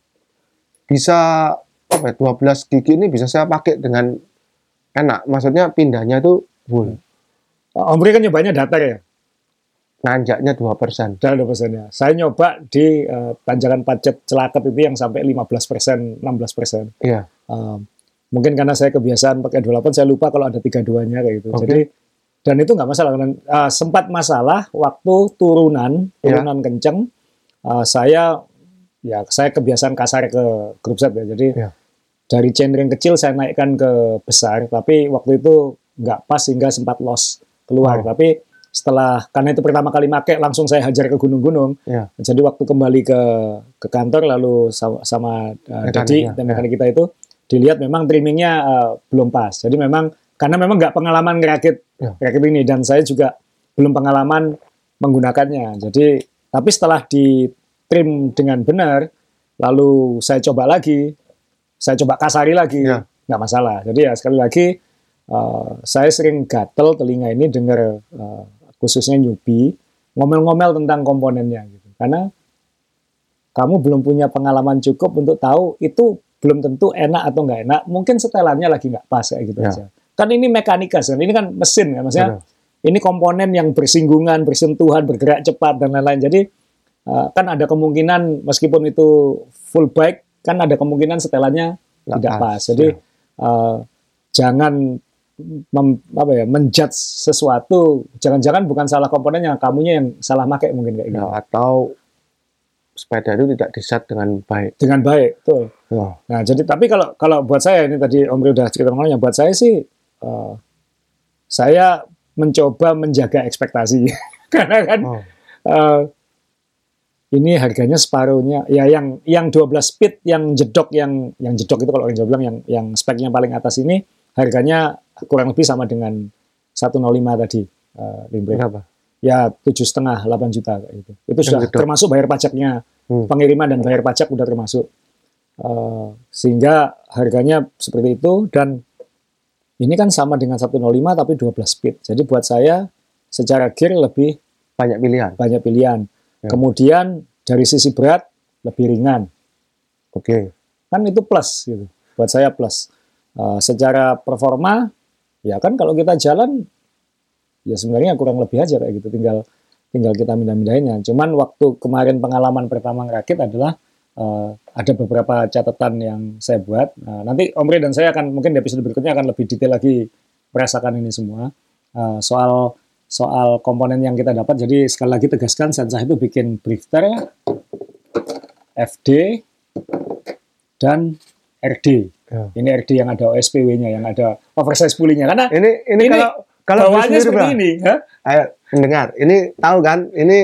bisa apa ya, dua belas gigi ini bisa saya pakai dengan enak. Maksudnya pindahnya itu full. Om Ri kan nyobanya datar ya. Nanjaknya dua persen. Dan ada persennya. Saya nyoba di eh, tanjakan pacet Celaket itu yang sampai lima belas persen, enam belas persen. Iya. Um, mungkin karena saya kebiasaan pakai dua puluh delapan, saya lupa kalau ada tiga puluh dua-nya kayak gitu. Oke. Jadi dan itu nggak masalah. Dan, uh, sempat masalah waktu turunan, turunan kenceng. Uh, saya ya saya kebiasaan kasar ke grup set ya. Jadi Ya. dari chainring kecil saya naikkan ke besar, tapi waktu itu nggak pas sehingga sempat loss keluar. Oh. Tapi setelah karena itu pertama kali make langsung saya hajar ke gunung-gunung. Ya. Jadi waktu kembali ke ke kantor lalu sama, sama uh, Mekanik, Dadi ya. dan mekanik kita itu dilihat memang trimmingnya uh, belum pas. Jadi memang karena memang nggak pengalaman ngerakit Ya. rakit ini dan saya juga belum pengalaman menggunakannya. Jadi tapi setelah di trim dengan benar lalu saya coba lagi, saya coba kasari lagi, Ya. nggak masalah. Jadi ya sekali lagi uh, saya sering gatel telinga ini dengar uh, khususnya newbie ngomel-ngomel tentang komponennya gitu. Karena kamu belum punya pengalaman cukup untuk tahu itu belum tentu enak atau nggak enak, mungkin setelannya lagi nggak pas kayak gitu Ya. aja. Kan ini mekanika, ini kan mesin kan, maksudnya Betul. ini komponen yang bersinggungan, bersentuhan, bergerak cepat dan lain-lain. Jadi uh, kan ada kemungkinan meskipun itu full bike, kan ada kemungkinan setelannya Nggak tidak pas, pas. Jadi ya. uh, jangan mem, apa ya, menjudge sesuatu, jangan-jangan bukan salah komponennya, kamunya yang salah pakai mungkin kayak gitu. Ya, atau sepeda itu tidak diset dengan baik. Dengan baik, betul. Ya. Nah, jadi tapi kalau kalau buat saya ini tadi Om Ri udah cerita ngomongnya, buat saya sih uh, saya mencoba menjaga ekspektasi karena kan Oh. uh, ini harganya separuhnya ya yang yang dua belas speed yang jedok yang yang jedok itu kalau orang Jawa bilang yang yang speknya paling atas ini harganya kurang lebih sama dengan seratus lima tadi uh, Limbrake. Berapa? Ya tujuh setengah delapan juta kayak gitu. Itu Yang sudah jedok. termasuk bayar pajaknya, Hmm. pengiriman dan bayar pajak udah termasuk. Uh, sehingga harganya seperti itu dan ini kan sama dengan seratus lima tapi dua belas speed. Jadi buat saya secara gear lebih Banyak pilihan. banyak pilihan. Ya. Kemudian dari sisi berat lebih ringan. Oke. Kan itu plus gitu. Buat saya plus. Uh, secara performa ya kan kalau kita jalan ya sebenarnya kurang lebih aja kayak gitu. Tinggal tinggal kita mindah-mindahinnya. Cuman waktu kemarin pengalaman pertama ngerakit adalah uh, ada beberapa catatan yang saya buat. Nah, nanti Om Ri dan saya akan mungkin di episode berikutnya akan lebih detail lagi merasakan ini semua. Uh, soal soal komponen yang kita dapat. Jadi sekali lagi tegaskan Sensah itu bikin drifter, F D, dan R D. Ya. Ini R D yang ada O S P W-nya, yang ada oversize pulley-nya. Karena Ini ini, Ini kalau kalau bawaannya sendiri, seperti Bang. ini. Ha? Ayo mendengar. Ini tahu kan? Ini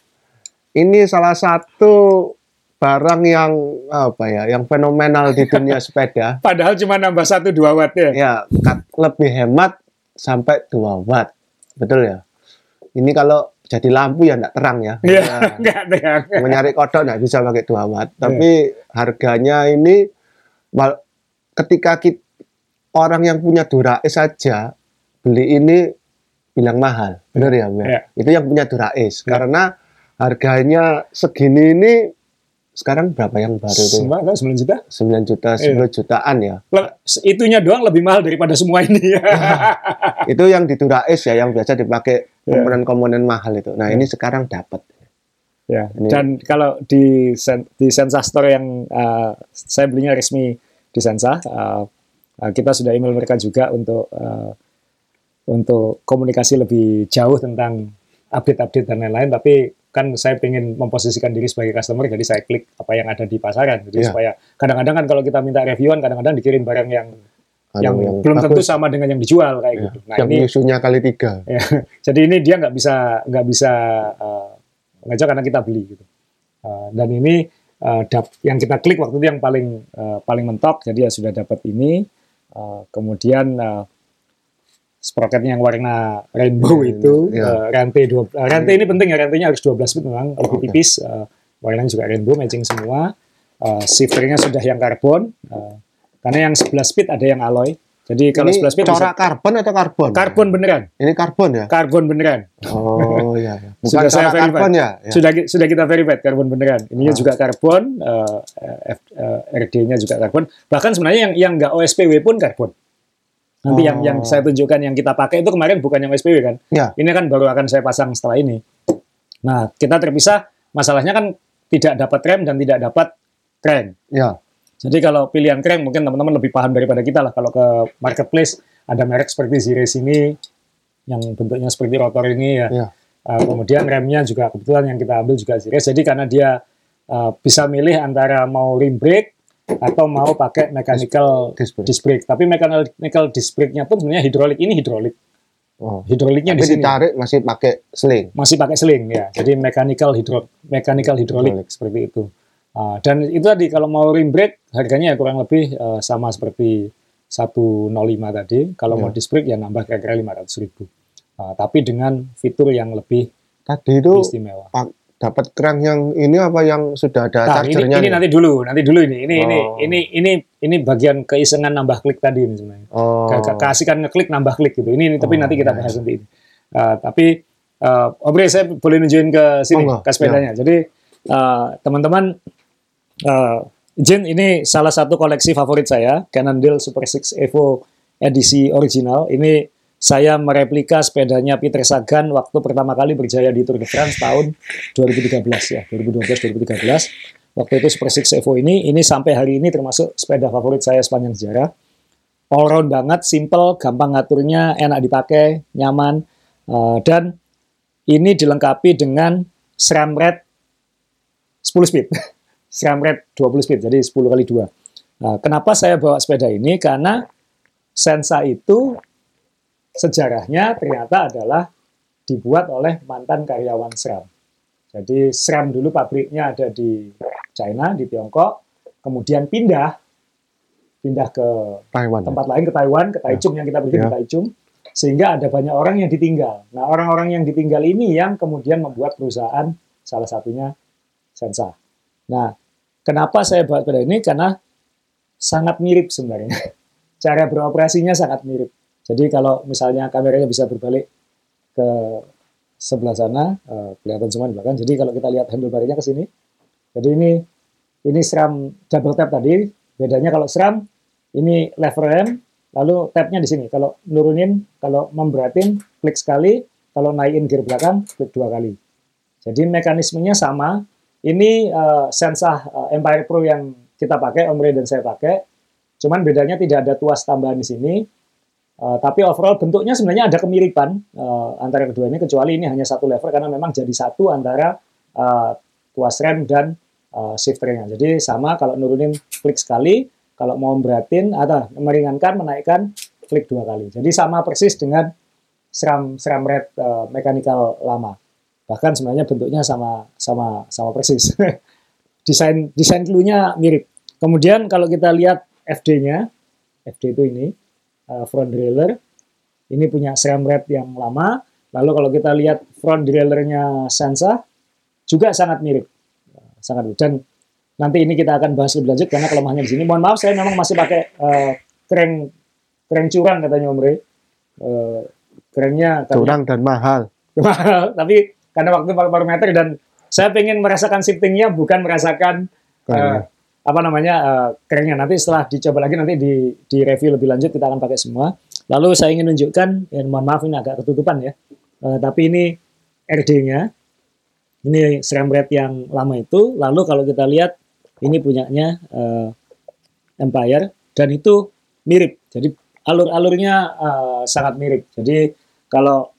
ini salah satu barang yang apa ya? Yang fenomenal di dunia sepeda. Padahal cuma nambah satu dua watt ya. Ya, kat- lebih hemat sampai dua watt. Betul ya? Ini kalau jadi lampu ya enggak terang ya. Iya, Ya, enggak terang. mau nyari kodok nggak bisa pakai dua watt. Tapi harganya ini wal- ketika kita, orang yang punya Dura-Ace saja beli ini bilang mahal. Benar ya, Mbak? Iya. Itu yang punya Dura-Ace. Iya. Karena harganya segini ini sekarang berapa yang baru itu? Semua kan sembilan juta. sembilan juta, sepuluh jutaan ya. Le- Itunya doang lebih mahal daripada semua ini. Itu yang di Dura-Ace ya, yang biasa dipakai Iya. komponen-komponen mahal itu. Nah, ini sekarang dapat. Ya, Ini- dan kalau di sen- di Sensah Store yang uh, saya belinya resmi di Sensah, uh, uh, kita sudah email mereka juga untuk uh, untuk komunikasi lebih jauh tentang update-update dan lain-lain. Tapi kan saya ingin memposisikan diri sebagai customer, jadi saya klik apa yang ada di pasaran. Jadi Iya. supaya kadang-kadang kan kalau kita minta reviewan, kadang-kadang dikirim barang yang yang, Yang belum tentu bagus. sama dengan yang dijual kayak Ya, gitu. Nah yang ini nyusunya kali tiga. ya, jadi ini dia nggak bisa nggak bisa uh, ngajak karena kita beli gitu. Uh, dan ini uh, dap, yang kita klik waktu itu yang paling uh, paling mentok, jadi ya sudah dapat ini. Uh, kemudian uh, sprocketnya yang warna rainbow Ya, itu, ya. uh, rantai dua, uh, rantai ini penting ya, rantainya harus dua belas bit memang lebih oke. tipis. Uh, warnanya juga rainbow, matching semua. Uh, shifternya sudah yang karbon. Uh, karena yang sebelas speed ada yang alloy. Jadi kalau Ini sebelas speed corak bisa karbon atau karbon? karbon beneran, Ini karbon ya? karbon beneran. Oh iya, iya. Bukan Sudah saya corak verified. karbon ya? Ya. Sudah sudah kita verified karbon beneran. Ininya Ah. juga karbon, uh, F- uh, R D-nya juga karbon. Bahkan sebenarnya yang yang nggak O S P W pun karbon. Nanti yang Oh. yang saya tunjukkan yang kita pakai itu kemarin bukan yang O S P W kan? Ya. Ini kan baru akan saya pasang setelah ini. Nah, kita terpisah. Masalahnya kan tidak dapat rem dan tidak dapat crank. Ya. Jadi kalau pilihan crank mungkin teman-teman lebih paham daripada kita lah. Kalau ke marketplace ada merek seperti Zires ini yang bentuknya seperti rotor ini ya. Ya. Uh, kemudian remnya juga kebetulan yang kita ambil juga Zires. Jadi karena dia uh, bisa milih antara mau rim brake atau mau pakai mechanical Disc brake. disc brake. Tapi mechanical disc brake-nya pun sebenarnya hidrolik. Ini hidrolik. Oh. Hidroliknya di Tapi sini. ditarik masih pakai sling. Masih pakai sling ya. Jadi mechanical hidro mechanical hidrolik Hidrolik. seperti itu. Uh, dan itu tadi kalau mau rim brake harganya ya kurang lebih uh, sama seperti seratus lima tadi. Kalau Ya. mau disc brake ya nambah kira-kira lima ratus ribu. Uh, tapi dengan fitur yang lebih Tadi itu istimewa. pak, dapat crank yang ini apa yang sudah ada Nah, ini, chargernya? ini nih? nanti dulu, nanti dulu ini. Ini ini Oh. ini ini ini bagian keisengan nambah klik tadi ini sebenarnya. Oh. Ke- ke- Keasikan ngeklik nambah klik gitu. Ini, ini tapi Oh, nanti kita ya, bahas ya. nanti ini. Uh, tapi uh, Om Ri, saya boleh nunjukin ke sini Oh, enggak. ke sepedanya. Jadi uh, teman-teman uh, Jin, ini salah satu koleksi favorit saya, Cannondale Super Six Evo edisi original. Ini saya mereplika sepedanya Peter Sagan waktu pertama kali berjaya di Tour de France tahun dua ribu tiga belas ya, dua ribu dua belas dua ribu tiga belas. Waktu itu Super Six Evo ini, ini sampai hari ini termasuk sepeda favorit saya sepanjang sejarah. All round banget, simple, gampang ngaturnya, enak dipakai, nyaman, uh, dan ini dilengkapi dengan SRAM Red sepuluh speed, SRAM Red dua puluh speed, jadi sepuluh kali dua. Nah, kenapa saya bawa sepeda ini? Karena Sensa itu sejarahnya ternyata adalah dibuat oleh mantan karyawan SRAM. Jadi SRAM dulu pabriknya ada di China, di Tiongkok, kemudian pindah, pindah ke Taiwan, tempat ya? lain, ke Taiwan, ke Taichung ya. yang kita pergi ya. Ke Taichung, sehingga ada banyak orang yang ditinggal. Nah, orang-orang yang ditinggal ini yang kemudian membuat perusahaan, salah satunya Sensa. Nah, kenapa saya buat sepeda ini? Karena sangat mirip sebenarnya. Cara beroperasinya sangat mirip. Jadi kalau misalnya kameranya bisa berbalik ke sebelah sana, uh, kelihatan semua di belakang. Jadi kalau kita lihat handlebar-nya ke sini, jadi ini ini SRAM double tap tadi. Bedanya kalau SRAM ini lever rem, lalu tapnya di sini. Kalau nurunin, kalau memberatin, klik sekali. Kalau naikin gear belakang, klik dua kali. Jadi mekanismenya sama. Ini uh, Sensa uh, Empire Pro yang kita pakai, Om Ray dan saya pakai. Cuman bedanya tidak ada tuas tambahan di sini. Uh, tapi overall bentuknya sebenarnya ada kemiripan uh, antara kedua ini, kecuali ini hanya satu lever karena memang jadi satu antara uh, tuas rem dan uh, shifternya. Jadi sama, kalau nurunin klik sekali, kalau mau beratin atau meringankan, menaikkan, klik dua kali. Jadi sama persis dengan SRAM SRAM Red uh, mechanical lama. Bahkan sebenarnya bentuknya sama sama sama persis. desain desain clue-nya mirip. Kemudian kalau kita lihat F D-nya, F D itu ini uh, front derailleur. Ini punya SRAM Red yang lama. Lalu kalau kita lihat front derailleur-nya Sensa juga sangat mirip. Sangat mirip. Dan nanti ini kita akan bahas lebih lanjut karena kelemahannya di sini. Mohon maaf, saya memang masih pakai uh, kren kren curang katanya Om Ray. Uh, kerennya curang dan mahal. Mahal, tapi karena waktu parameter dan saya pengen merasakan shiftingnya, bukan merasakan uh, apa namanya uh, kerennya. Nanti setelah dicoba lagi, nanti di, di review lebih lanjut kita akan pakai semua. Lalu saya ingin menunjukkan, ya, mohon maaf ini agak ketutupan ya, uh, tapi ini R D-nya, ini SRAM Red yang lama itu. Lalu kalau kita lihat, ini punyanya uh, Empire, dan itu mirip. Jadi alur-alurnya uh, sangat mirip. Jadi kalau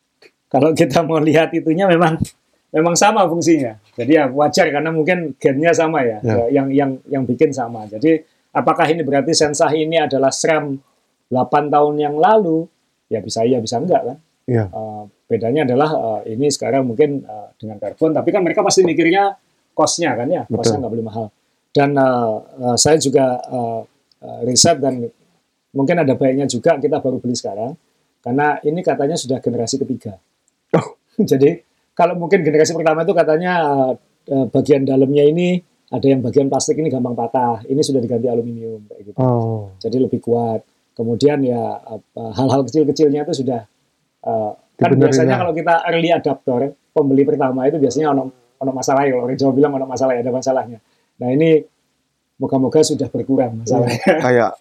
kalau kita mau lihat itunya memang memang sama fungsinya. Jadi ya wajar karena mungkin gennya sama ya, ya. yang yang yang bikin sama. Jadi apakah ini berarti Sensa ini adalah SRAM delapan tahun yang lalu? Ya bisa iya, bisa enggak kan? Ya. Uh, bedanya adalah uh, ini sekarang mungkin uh, dengan karbon, tapi kan mereka pasti mikirnya cost-nya kan ya, cost-nya nggak boleh mahal. Dan uh, uh, saya juga uh, uh, riset dan mungkin ada baiknya juga kita baru beli sekarang, karena ini katanya sudah generasi ketiga. Oh. Jadi kalau mungkin generasi pertama itu katanya uh, bagian dalamnya ini ada yang bagian plastik ini gampang patah, ini sudah diganti aluminium kayak gitu. Oh. Jadi lebih kuat. Kemudian ya uh, hal-hal kecil-kecilnya itu sudah uh, kan biasanya kalau kita early adapter, pembeli pertama itu biasanya ono ono masalah ya, kalau orang Jawa bilang ono masalah ya, ada masalahnya. Nah ini moga-moga sudah berkurang masalahnya. Kayak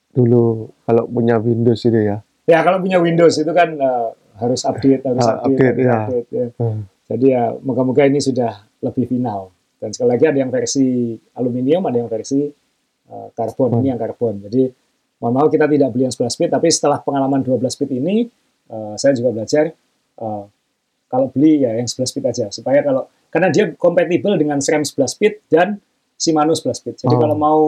dulu kalau punya Windows itu ya. Ya kalau punya Windows itu kan uh, harus update, harus uh, update, update, harus ya. update ya. Hmm. Jadi ya moga-moga ini sudah lebih final. Dan sekali lagi ada yang versi aluminium, ada yang versi uh, karbon. Hmm. Ini yang karbon. Jadi mohon maaf kita tidak beli yang sebelas speed, tapi setelah pengalaman dua belas speed ini, uh, saya juga belajar uh, kalau beli ya yang sebelas speed aja. Supaya kalau karena dia kompatibel dengan SRAM sebelas speed dan Shimano sebelas speed. Jadi oh. kalau mau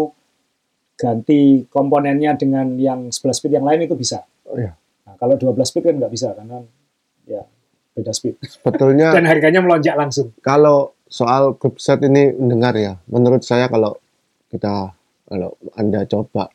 ganti komponennya dengan yang sebelas speed yang lain itu bisa. Oh, iya. Nah, kalau dua belas speed kan nggak bisa karena ya beda speed. Sebetulnya dan harganya melonjak langsung. Kalau soal group set ini mendengar ya, menurut saya kalau kita kalau Anda coba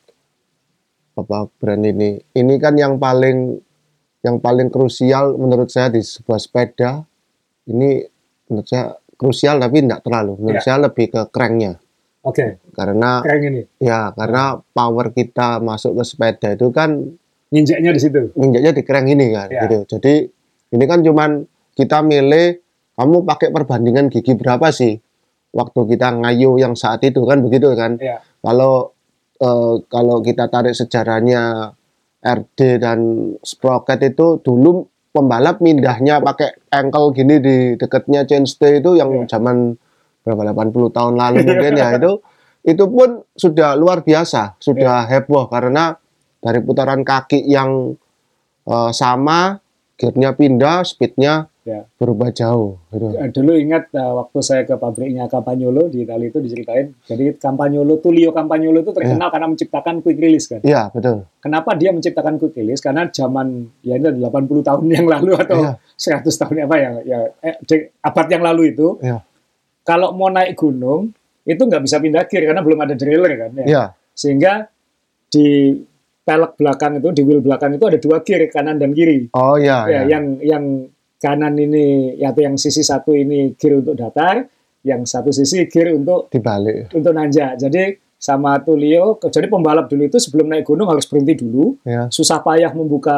apa brand ini, ini kan yang paling yang paling krusial menurut saya di sebuah sepeda ini menurut saya krusial tapi tidak terlalu. Menurut ya. saya lebih ke cranknya. Oke. Okay. Karena crank ini. Ya, karena power kita masuk ke sepeda itu kan nginjeknya di situ. Nginjeknya di crank ini kan, ya. gitu. Jadi ini kan cuman kita milih kamu pakai perbandingan gigi berapa sih waktu kita ngayu yang saat itu kan begitu kan. Ya. Kalau uh, kalau kita tarik sejarahnya R D dan Sprocket itu dulu pembalap mindahnya pakai ankle gini di dekatnya chainstay itu yang Ya. zaman berapa delapan puluh tahun lalu mungkin ya itu itu pun sudah luar biasa, sudah Ya. heboh karena dari putaran kaki yang uh, sama, gearnya pindah, speednya Ya. berubah jauh. Gitu. Dulu ingat uh, waktu saya ke pabriknya Campagnolo di Italia itu diceritain. Jadi Campagnolo, Tullio Campagnolo itu terkenal ya. Karena menciptakan quick release kan. Iya, betul. Kenapa dia menciptakan quick release? Karena zaman ya ini delapan puluh tahun yang lalu atau ya. seratus tahun apa ya, ya eh, abad yang lalu itu. Ya. Kalau mau naik gunung itu nggak bisa pindah gear karena belum ada derailleur kan. Ya. Ya. Sehingga di pelek belakang itu, di wheel belakang itu ada dua gear kanan dan kiri. Oh iya. Ya, ya. Yang yang kanan ini atau yang sisi satu ini gear untuk datar, yang satu sisi gear untuk dibalik, untuk nanjak. Jadi sama Tullio, jadi pembalap dulu itu sebelum naik gunung harus berhenti dulu, ya. Susah payah membuka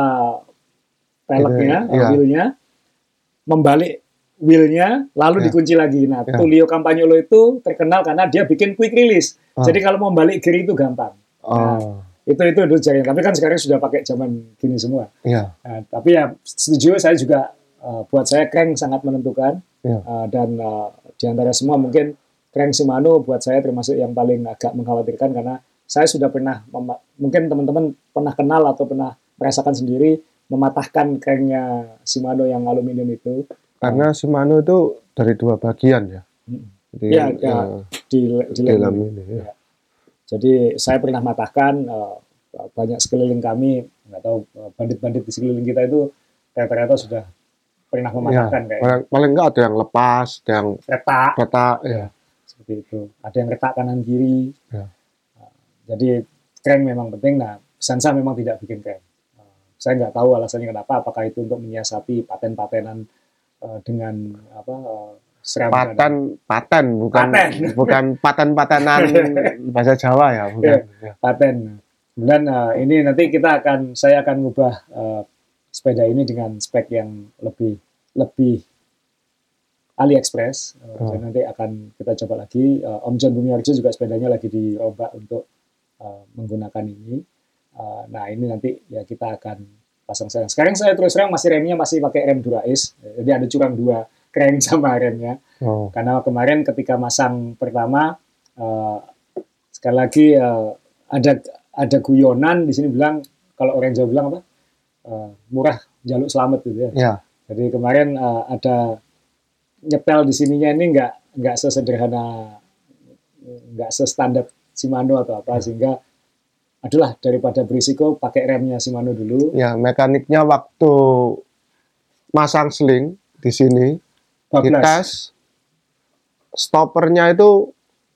peleknya, ya. Wheelnya, membalik wheelnya, lalu ya. Dikunci lagi. Nah, ya. Tullio Campagnolo itu terkenal karena dia bikin quick release. Oh. Jadi kalau mau balik gear itu gampang. Oh. Nah, itu itu dulu jaring. Tapi kan sekarang sudah pakai zaman gini semua. Ya. Nah, tapi ya setuju, saya juga Uh, buat saya crank sangat menentukan yeah. uh, dan uh, di antara semua mungkin crank Shimano buat saya termasuk yang paling agak mengkhawatirkan karena saya sudah pernah mungkin teman-teman pernah kenal atau pernah merasakan sendiri mematahkan cranknya Shimano yang aluminium itu karena uh, Shimano itu dari dua bagian ya. Jadi, ya, ya uh, di, di dalam ini. Ya. Ya. Jadi saya pernah matahkan uh, banyak sekeliling kami nggak tahu bandit-bandit di sekeliling kita itu ternyata sudah pernah mematahkan ya, kayak paling, paling enggak ada yang lepas, ada yang retak, retak ya. Ya, seperti itu. Ada yang retak kanan kiri. Ya. Nah, jadi crank memang penting. Nah, Sansa memang tidak bikin crank. Uh, saya nggak tahu alasannya kenapa. Apakah itu untuk menyiasati paten-patenan uh, dengan apa? Uh, paten, paten bukan paten. bukan paten-patenan bahasa Jawa ya, bukan. Ya, paten. Kemudian uh, ini nanti kita akan, saya akan ngubah uh, sepeda ini dengan spek yang lebih lebih AliExpress. Uh, oh. Nanti akan kita coba lagi. Uh, Om John Bumiarjo juga sepedanya lagi dirombak untuk uh, menggunakan ini. Uh, nah ini nanti ya kita akan pasang sekarang. Sekarang saya terus terang masih remnya masih pakai rem Dura-Ace. Jadi ada curang dua crank sama remnya. Oh. Karena kemarin ketika masang pertama uh, sekali lagi uh, ada ada guyonan di sini bilang kalau orang Jawa bilang apa? Uh, murah jaluk selamat gitu ya. Ya. Jadi kemarin uh, ada nyepel di sininya ini nggak nggak sesederhana, nggak sestandar Shimano atau apa, ya. Sehingga adalah daripada berisiko pakai remnya Shimano dulu. Ya, mekaniknya waktu masang sling di sini dites stoppernya itu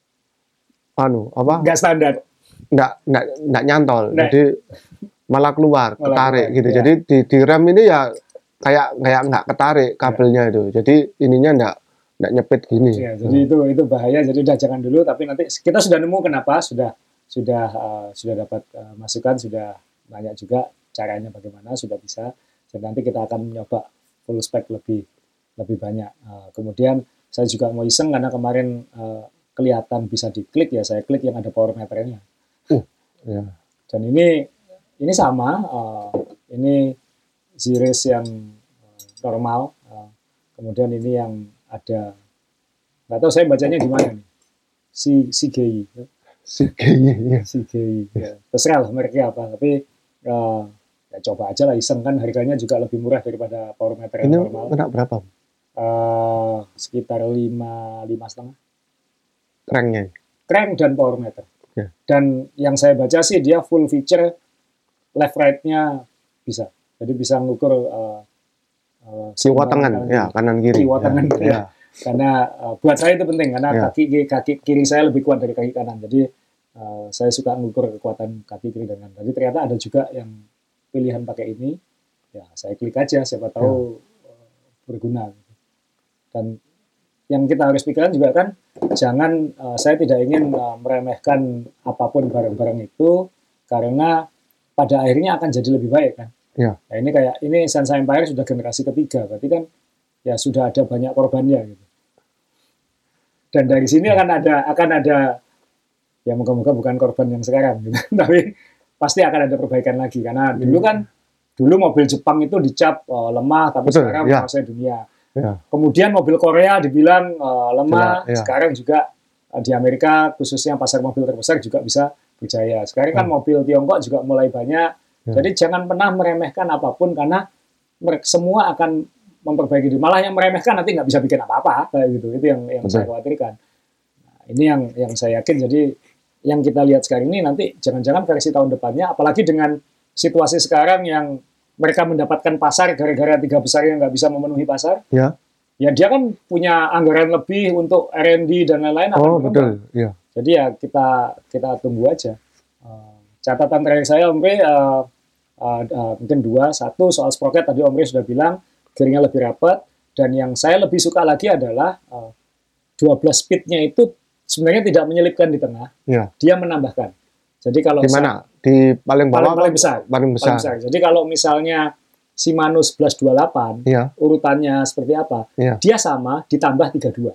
anu apa? Nggak standar. Nggak nggak nggak nyantol. Nggak. Jadi malah keluar, malah ketarik keluar, gitu. Ya. Jadi di, di rem ini ya kayak kayak nggak ketarik kabelnya ya. Itu. Jadi ininya nggak nggak nyepit gini. Ya, jadi hmm. itu itu bahaya. Jadi udah jangan dulu. Tapi nanti kita sudah nemu kenapa, sudah sudah uh, sudah dapat uh, masukan, sudah banyak juga caranya bagaimana, sudah bisa. Jadi nanti kita akan nyoba full spec lebih lebih banyak. Uh, kemudian saya juga mau iseng karena kemarin uh, kelihatan bisa diklik ya, saya klik yang ada power meternya. Uh, ya. Dan ini Ini sama, uh, ini Z-Race yang uh, normal, uh, kemudian ini yang ada, nggak tahu saya bacanya gimana nih, C G I, C G I, ya. C G I, ya. Terserah lah mereknya apa, tapi uh, ya coba aja lah iseng kan harganya juga lebih murah daripada power meter yang normal. Ini kena berapa? Uh, sekitar lima lima setengah. Cranknya? Crank dan power meter. Okay. Dan yang saya baca sih dia full feature. Left right-nya bisa, jadi bisa ngukur uh, uh, kiwa tangan, ya kanan kiri. Kiwa tangan, ya. Ya. Karena uh, buat saya itu penting karena ya. kaki kaki kiri saya lebih kuat dari kaki kanan, jadi uh, saya suka ngukur kekuatan kaki kiri dan kanan. Jadi ternyata ada juga yang pilihan pakai ini, ya saya klik aja, siapa tahu ya. uh, berguna. Dan yang kita harus pikirkan juga kan, jangan uh, saya tidak ingin uh, meremehkan apapun barang-barang itu karena pada akhirnya akan jadi lebih baik kan. Ya. Nah, ini kayak ini Sansa Empire sudah generasi ketiga, berarti kan ya sudah ada banyak korbannya gitu. Dan dari sini akan ada akan ada ya moga-moga bukan korban yang sekarang gitu. Tapi pasti akan ada perbaikan lagi karena dulu kan dulu mobil Jepang itu dicap uh, lemah tapi Betul, sekarang ya. menguasai dunia. Ya. Kemudian mobil Korea dibilang uh, lemah, Jelas, ya. sekarang juga uh, di Amerika khususnya pasar mobil terbesar juga bisa berjaya. Sekarang kan Hmm. mobil Tiongkok juga mulai banyak. Ya. Jadi jangan pernah meremehkan apapun karena mereka semua akan memperbaiki diri. Malah yang meremehkan nanti nggak bisa bikin apa-apa kayak gitu. Itu yang yang Betul. saya khawatirkan. Nah, ini yang yang saya yakin. Jadi yang kita lihat sekarang ini nanti jangan-jangan versi tahun depannya, apalagi dengan situasi sekarang yang mereka mendapatkan pasar gara-gara tiga besar yang nggak bisa memenuhi pasar. Ya. Ya dia kan punya anggaran lebih untuk R and D dan lain-lain. akan Oh berkembang. betul. Ya. Jadi ya kita kita tunggu aja. Uh, catatan terakhir saya Om Rey, uh, uh, uh, mungkin dua, satu soal sprocket tadi Om Rey sudah bilang gearnya lebih rapat, dan yang saya lebih suka lagi adalah uh, dua belas speed-nya itu sebenarnya tidak menyelipkan di tengah, Ya. dia menambahkan. Jadi kalau Di mana? Di paling bawah. paling paling besar, Paling besar. paling besar. Jadi kalau misalnya Shimano sebelas dua puluh delapan Iya. urutannya seperti apa, Iya. dia sama ditambah tiga puluh dua.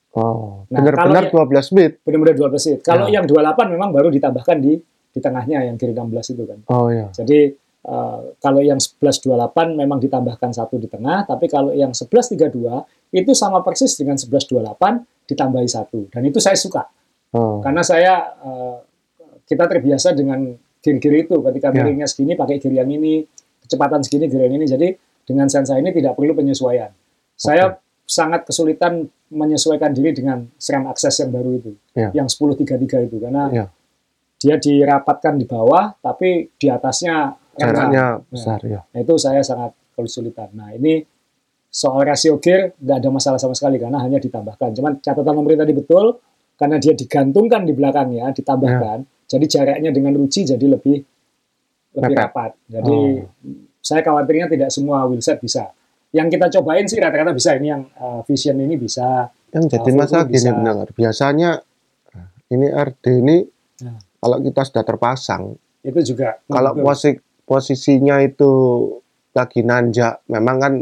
Oh, Nah, benar-benar kalau ya- dua belas bit. Benar-benar dua belas speed. Kalau Ya. yang dua puluh delapan memang baru ditambahkan di di tengahnya yang kiri enam belas itu kan. Oh ya. Jadi uh, kalau yang sebelas dua puluh delapan memang ditambahkan satu di tengah, tapi kalau yang sebelas tiga puluh dua itu sama persis dengan sebelas dua puluh delapan ditambahi satu. Dan itu saya suka. Oh. Karena saya uh, kita terbiasa dengan gear-gear itu, ketika Ya. miringnya segini pakai gear yang ini, kecepatan segini gear yang ini. Jadi dengan Sensa ini tidak perlu penyesuaian. Saya sangat kesulitan menyesuaikan diri dengan SRAM akses yang baru itu, Ya. yang sepuluh tiga puluh tiga itu, karena Ya. dia dirapatkan di bawah, tapi di atasnya Jaraknya renggang. besar ya. Nah, itu saya sangat kesulitan. Nah, ini soal rasio gear nggak ada masalah sama sekali karena hanya ditambahkan. Cuman catatan pemerintah tadi betul, karena dia digantungkan di belakangnya, ditambahkan, jadi jaraknya dengan Ruji jadi lebih lebih Mepet. rapat. Jadi Oh. saya khawatirnya tidak semua wheelset bisa. Yang kita cobain sih rata-rata bisa. Ini yang uh, Vision ini bisa. Yang jadi Full masalah Blue gini bisa. benar. Biasanya ini R D ini Ya. kalau kita sudah terpasang, Itu juga. kalau betul. posi posisinya itu lagi nanjak, memang kan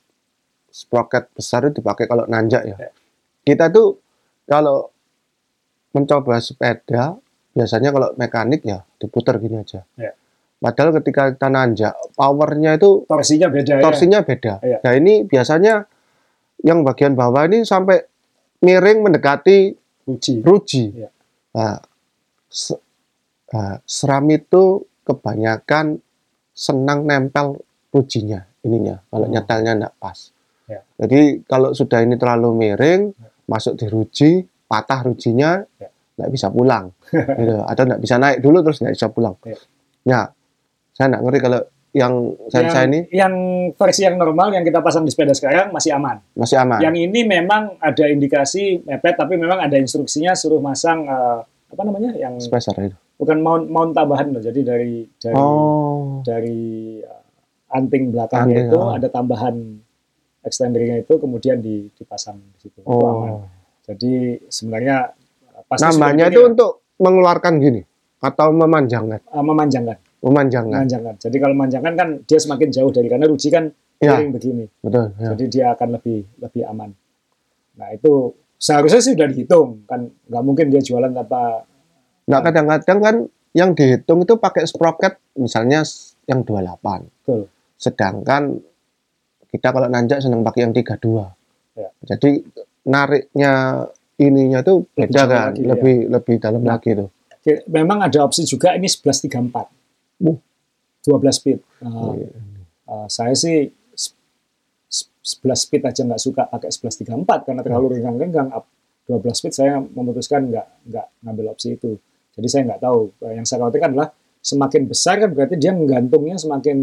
sprocket besar itu dipakai kalau nanjak ya. Ya. Kita tuh kalau mencoba sepeda, biasanya kalau mekanik ya diputar gini aja. Ya. Padahal ketika kita nanjak, powernya itu torsinya beda ya. torsinya beda. Iya. Nah ini biasanya yang bagian bawah ini sampai miring mendekati Ruji. ruji. Iya. Nah, se- nah, SRAM itu kebanyakan senang nempel rujinya, ininya. Kalau Oh. nyetelnya nggak pas. Ya. Jadi kalau sudah ini terlalu miring, Ya. masuk di ruji, patah rujinya, Ya. nggak bisa pulang. Gitu. Atau nggak bisa naik dulu terus nggak bisa pulang. Ya. Ya, saya nggak ngerti kalau yang Sensa yang, ini yang versi yang normal yang kita pasang di sepeda sekarang masih aman. masih aman. Yang ini memang ada indikasi mepet, tapi memang ada instruksinya suruh masang eh, apa namanya? Yang Spacer itu. bukan mount mount tambahan loh. Jadi dari dari Oh, dari eh, anting belakangnya Anting, itu oh. ada tambahan extendernya itu kemudian di- dipasang di situ. Itu aman. oh. Jadi sebenarnya eh, pasti Nambahnya sudah itu punya, untuk mengeluarkan gini atau memanjangkan, eh, memanjangkan, memanjangkan. memanjangkan. Jadi kalau memanjangkan kan dia semakin jauh dari karena ruji kan Ya. miring begini. Betul. Ya. Jadi dia akan lebih lebih aman. Nah itu seharusnya sih sudah dihitung kan, nggak mungkin dia jualan tanpa. Nah kadang-kadang kan yang dihitung itu pakai sprocket misalnya s- yang dua puluh delapan. Betul. Sedangkan kita kalau nanjak senang pakai yang tiga puluh dua. Ya. Jadi nariknya ininya tuh Lebih beda jauh kan, lagi, ya. lebih lebih dalam Nah. lagi tuh. Oke, memang ada opsi juga ini sebelas tiga puluh empat. Uh. dua belas speed. Uh, Oh, iya. uh, saya sih s- s- sebelas speed aja nggak suka pakai sebelas tiga puluh empat karena terlalu renggang-renggang. Up dua belas speed saya memutuskan nggak nggak ngambil opsi itu. Jadi saya nggak tahu. Yang saya khawatirkan adalah semakin besar kan berarti dia menggantungnya semakin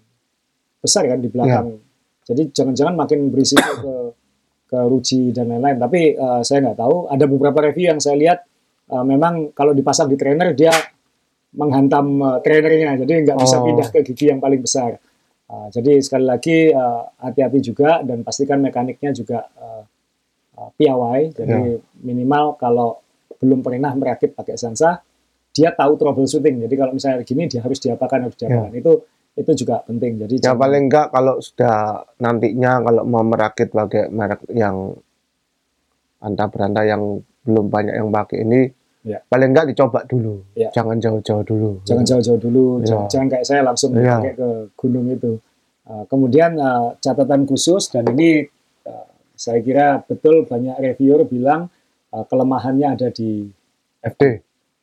besar kan di belakang. Jadi jangan-jangan makin berisiko ke ke ruji dan lain-lain. Tapi uh, saya nggak tahu. Ada beberapa review yang saya lihat uh, memang kalau dipasang di trainer dia menghantam uh, trainernya, jadi nggak bisa Oh. pindah ke gigi yang paling besar. Uh, jadi sekali lagi uh, hati-hati juga dan pastikan mekaniknya juga uh, uh, piawai. Jadi minimal kalau belum pernah merakit pakai Sensa, dia tahu troubleshooting. Jadi kalau misalnya gini dia harus diapakan harus diapakan. Itu itu juga penting. Jadi Ya jangan- paling enggak kalau sudah nantinya kalau mau merakit pakai merek yang anta beranta yang belum banyak yang pakai ini, ya. paling enggak dicoba dulu, ya. jangan jauh-jauh dulu. Jangan jauh-jauh dulu, ya. jangan kayak saya langsung ya. pakai ke gunung itu. Uh, kemudian uh, catatan khusus, dan ini uh, saya kira betul banyak reviewer bilang uh, kelemahannya ada di F D.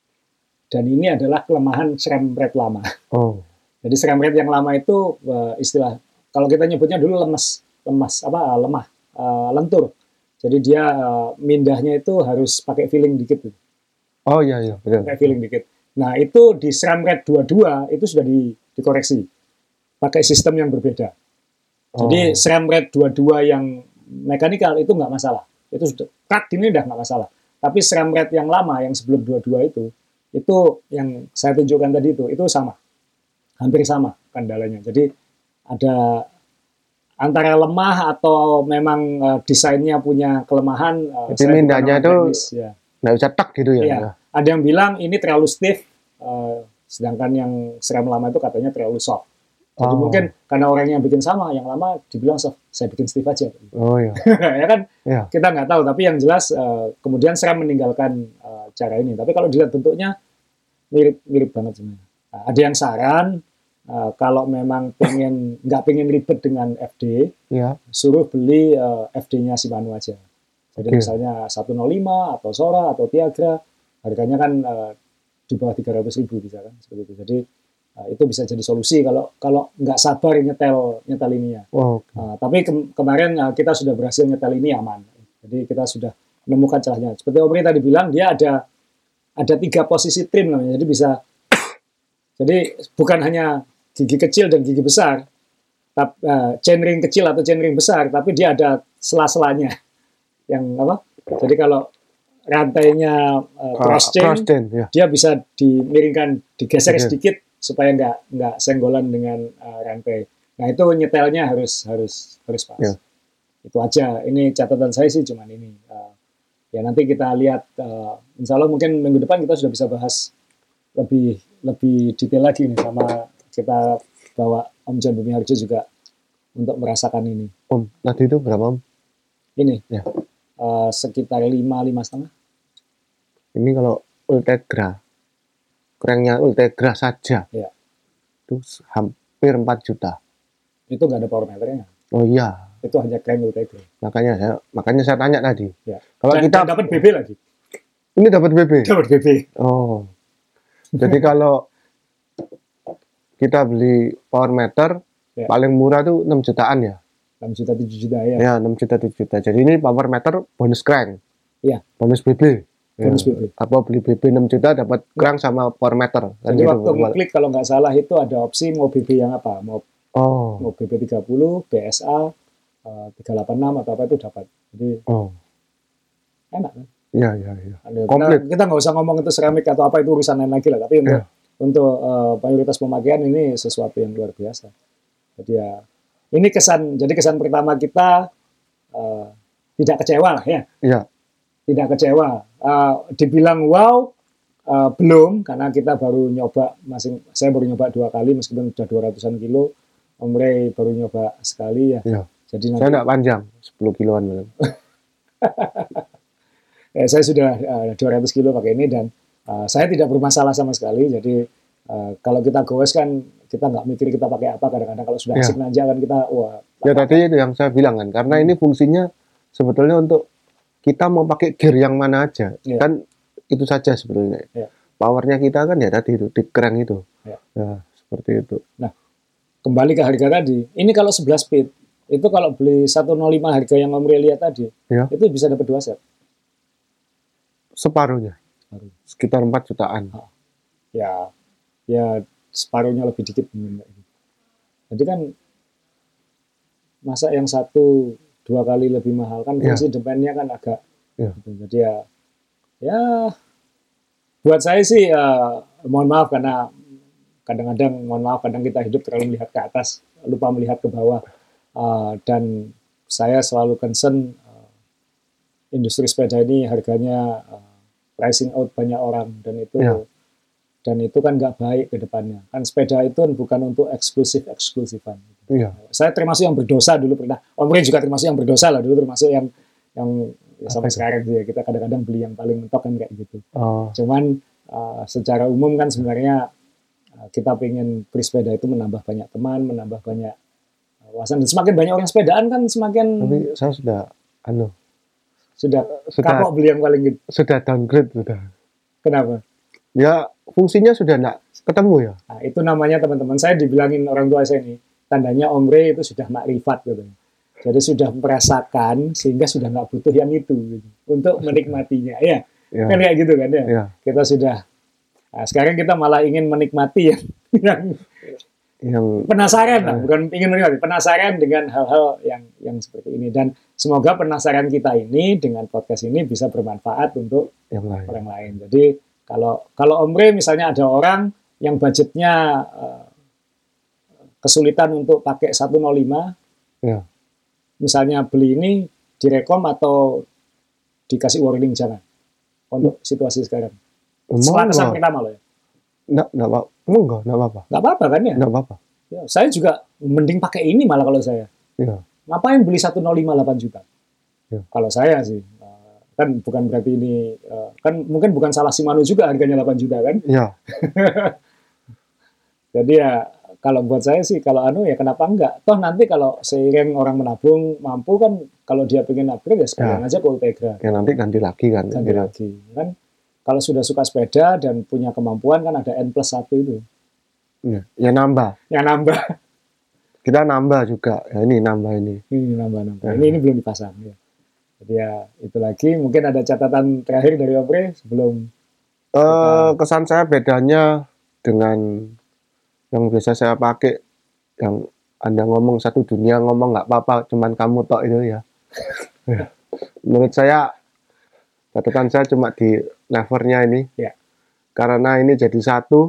Dan ini adalah kelemahan SRAM rate lama. Oh. Jadi SRAM rate yang lama itu uh, istilah, kalau kita nyebutnya dulu lemes, lemas, apa lemah, uh, lentur. Jadi dia uh, mindahnya itu harus pakai feeling dikit. Oh iya iya betul. Pakai feeling dikit. Nah itu di SRAM rate dua puluh dua itu sudah di, dikoreksi pakai sistem yang berbeda. Oh. Jadi SRAM rate dua puluh dua yang mekanikal itu nggak masalah. Itu sudah krak ini udah nggak masalah. Tapi SRAM rate yang lama yang sebelum dua puluh dua itu itu yang saya tunjukkan tadi itu itu sama. Hampir sama kendalanya. Jadi ada antara lemah atau memang uh, desainnya punya kelemahan. Uh, Jadi mindahnya itu ya. nggak bisa tak gitu ya? Ya. Ada yang bilang ini terlalu stiff, uh, sedangkan yang SRAM lama itu katanya terlalu soft. Jadi oh. mungkin karena orang yang bikin sama, yang lama dibilang soft, saya bikin stiff aja. Oh iya. Ya kan? Ya. Kita nggak tahu, tapi yang jelas uh, kemudian SRAM meninggalkan uh, cara ini. Tapi kalau dilihat bentuknya mirip mirip banget sebenarnya. Nah, ada yang saran. Uh, kalau memang pengen nggak pengen ribet dengan F D, ya. suruh beli uh, F D-nya Shimano aja. Jadi okay. misalnya seratus lima atau Sora atau Tiagra, harganya kan uh, di bawah tiga ratus ribu bisa kan seperti itu. Jadi uh, itu bisa jadi solusi kalau kalau nggak sabar nyetel nyetel ininya. Oh, okay. uh, tapi ke kemarin uh, kita sudah berhasil nyetel ini aman. Jadi kita sudah menemukan celahnya. Seperti Om Ri tadi bilang, dia ada ada tiga posisi trim namanya. Jadi bisa jadi bukan hanya gigi kecil dan gigi besar, tapi uh, chainring kecil atau chainring besar, tapi dia ada sela-selanya yang apa? Jadi kalau rantainya uh, cross chain, cross chain ya. Dia bisa dimiringkan, digeser okay. sedikit supaya nggak nggak senggolan dengan uh, rantai. Nah itu nyetelnya harus harus harus pas. Yeah. Itu aja. Ini catatan saya sih cuman ini. Uh, ya nanti kita lihat. Uh, insya Allah mungkin minggu depan kita sudah bisa bahas lebih lebih detail lagi nih sama. Kita bawa Om John Bumi Harjo juga untuk merasakan ini. Om, tadi itu berapa Om? Ini ya. uh, sekitar lima lima setengah. Ini kalau Ultegra, kerennya Ultegra saja, ya. Itu hampir empat juta. Itu nggak ada power meternya. Oh iya. Itu hanya keren Ultegra. Makanya saya, makanya saya tanya tadi. Ya. Kalau dan, kita dapat B B lagi. Ini dapat B B. Dapat B B. Oh. Jadi kalau kita beli power meter ya. Paling murah tuh enam jutaan ya. enam juta tujuh juta ya. Ya, enam juta tujuh juta. Jadi ini power meter bonus crank. Iya. Bonus B B. Bonus ya. B B. Apa beli B B enam juta dapat crank sama power meter. Kan jadi gitu, waktu ngeklik kalau nggak salah itu ada opsi mau B B yang apa? Mau oh. mau B B tiga puluh, B S A uh, tiga delapan enam atau apa itu dapat. Jadi oh. enak kan? Iya, iya, iya. Komplit. Kita nggak usah ngomong itu seramik atau apa, itu urusan lain lagi lah. Tapi untuk yeah. untuk uh, mayoritas pemakaian ini sesuatu yang luar biasa. Jadi ya, ini kesan. Jadi kesan pertama kita uh, tidak kecewa lah ya. Yeah. Tidak kecewa. Uh, dibilang wow uh, belum, karena kita baru nyoba masing. Saya baru nyoba dua kali meskipun sudah dua ratusan kilo. Om Ray baru nyoba sekali ya. Yeah. Jadi nanti, saya nggak panjang, sepuluh kiloan belum. Eh, saya sudah uh, dua ratus kilo pakai ini dan uh, saya tidak bermasalah sama sekali. Jadi uh, kalau kita goes kan kita nggak mikir kita pakai apa. Kadang-kadang kalau sudah asik ya. Nanja kan kita wah. Ya tadi itu yang saya bilang kan, karena hmm. ini fungsinya sebetulnya untuk kita mau pakai gear yang mana aja ya. Kan itu saja sebetulnya. Ya. Powernya kita kan ya tadi itu di crank itu. Ya. Ya, seperti itu. Nah kembali ke harga tadi. Ini kalau sebelas speed itu kalau beli seratus lima harga yang Om Ray lihat tadi ya. Itu bisa dapat dua set. Separuhnya, sekitar empat jutaan. Ya, ya separuhnya lebih dikit. Jadi kan masa yang satu dua kali lebih mahal kan fungsi ya. Depannya kan agak. Ya. Gitu. Jadi ya, ya buat saya sih uh, mohon maaf karena kadang-kadang mohon maaf kadang kita hidup terlalu melihat ke atas, lupa melihat ke bawah. Uh, dan saya selalu concern uh, industri sepeda ini harganya. Uh, pricing out banyak orang dan itu ya. Dan itu kan nggak baik ke depannya. Kan sepeda itu bukan untuk eksklusif eksklusifan. Ya. Saya termasuk yang berdosa dulu pernah. Om Ray juga termasuk yang berdosa lah dulu termasuk yang yang Ya, sampai sekarang sih ya, kita kadang-kadang beli yang paling mentok kan kayak gitu. Oh. Cuman uh, secara umum kan sebenarnya uh, kita pengen bersepeda itu menambah banyak teman, menambah banyak wawasan. Dan semakin banyak orang sepedaan kan semakin... Tapi saya sudah, anu, sudah, sudah kapok beli yang paling gitu. Sudah downgrade, sudah. Kenapa? Ya, fungsinya sudah enggak ketemu ya. Nah, itu namanya teman-teman saya dibilangin orang tua saya ini, tandanya omre itu sudah makrifat gitu. Jadi sudah merasakan sehingga sudah nggak butuh yang itu gitu, untuk menikmatinya, ya, ya. Kan kayak gitu kan ya. ya. Kita sudah, nah, sekarang kita malah ingin menikmati yang yang, yang penasaran lah, bukan ingin menikmati, penasaran dengan hal-hal yang yang seperti ini. Dan semoga penasaran kita ini dengan podcast ini bisa bermanfaat untuk yang lain. orang lain. Jadi kalau kalau omre misalnya ada orang yang budgetnya uh, kesulitan untuk pakai seratus lima, ya. Misalnya beli ini direkom atau dikasih warning jangan untuk situasi sekarang. Setelah kesan pertama loh ya. Nggak, nggak apa, enggak, nggak apa-apa. Nggak apa-apa kan ya? Nggak apa-apa. Ya, saya juga mending pakai ini malah kalau saya. Ya. Ngapain beli seratus lima delapan juta? Ya. Kalau saya sih, kan bukan berarti ini, kan mungkin bukan salah Shimano juga harganya delapan juta kan? Iya. Jadi ya, kalau buat saya sih, kalau anu ya kenapa enggak? Toh nanti kalau seiring orang menabung mampu kan, kalau dia pengen upgrade ya sekalian ya. aja ke Ultegra. Ya nanti ganti lagi kan. Ganti gitu. lagi. Kan kalau sudah suka sepeda dan punya kemampuan kan ada N plus satu itu. Ya, ya nambah. Ya nambah. Kita nambah juga. Ya ini nambah ini. Ini nambah-nambah. Ya. Ini, ini belum dipasang. Ya. Jadi ya itu lagi. Mungkin ada catatan terakhir dari Omre sebelum... Uh, kita... Kesan saya bedanya dengan... yang biasa saya pakai, yang Anda ngomong satu dunia ngomong nggak apa-apa, cuman kamu tok itu ya. Menurut saya, catatan saya cuma di levernya ini, ya. Karena ini jadi satu,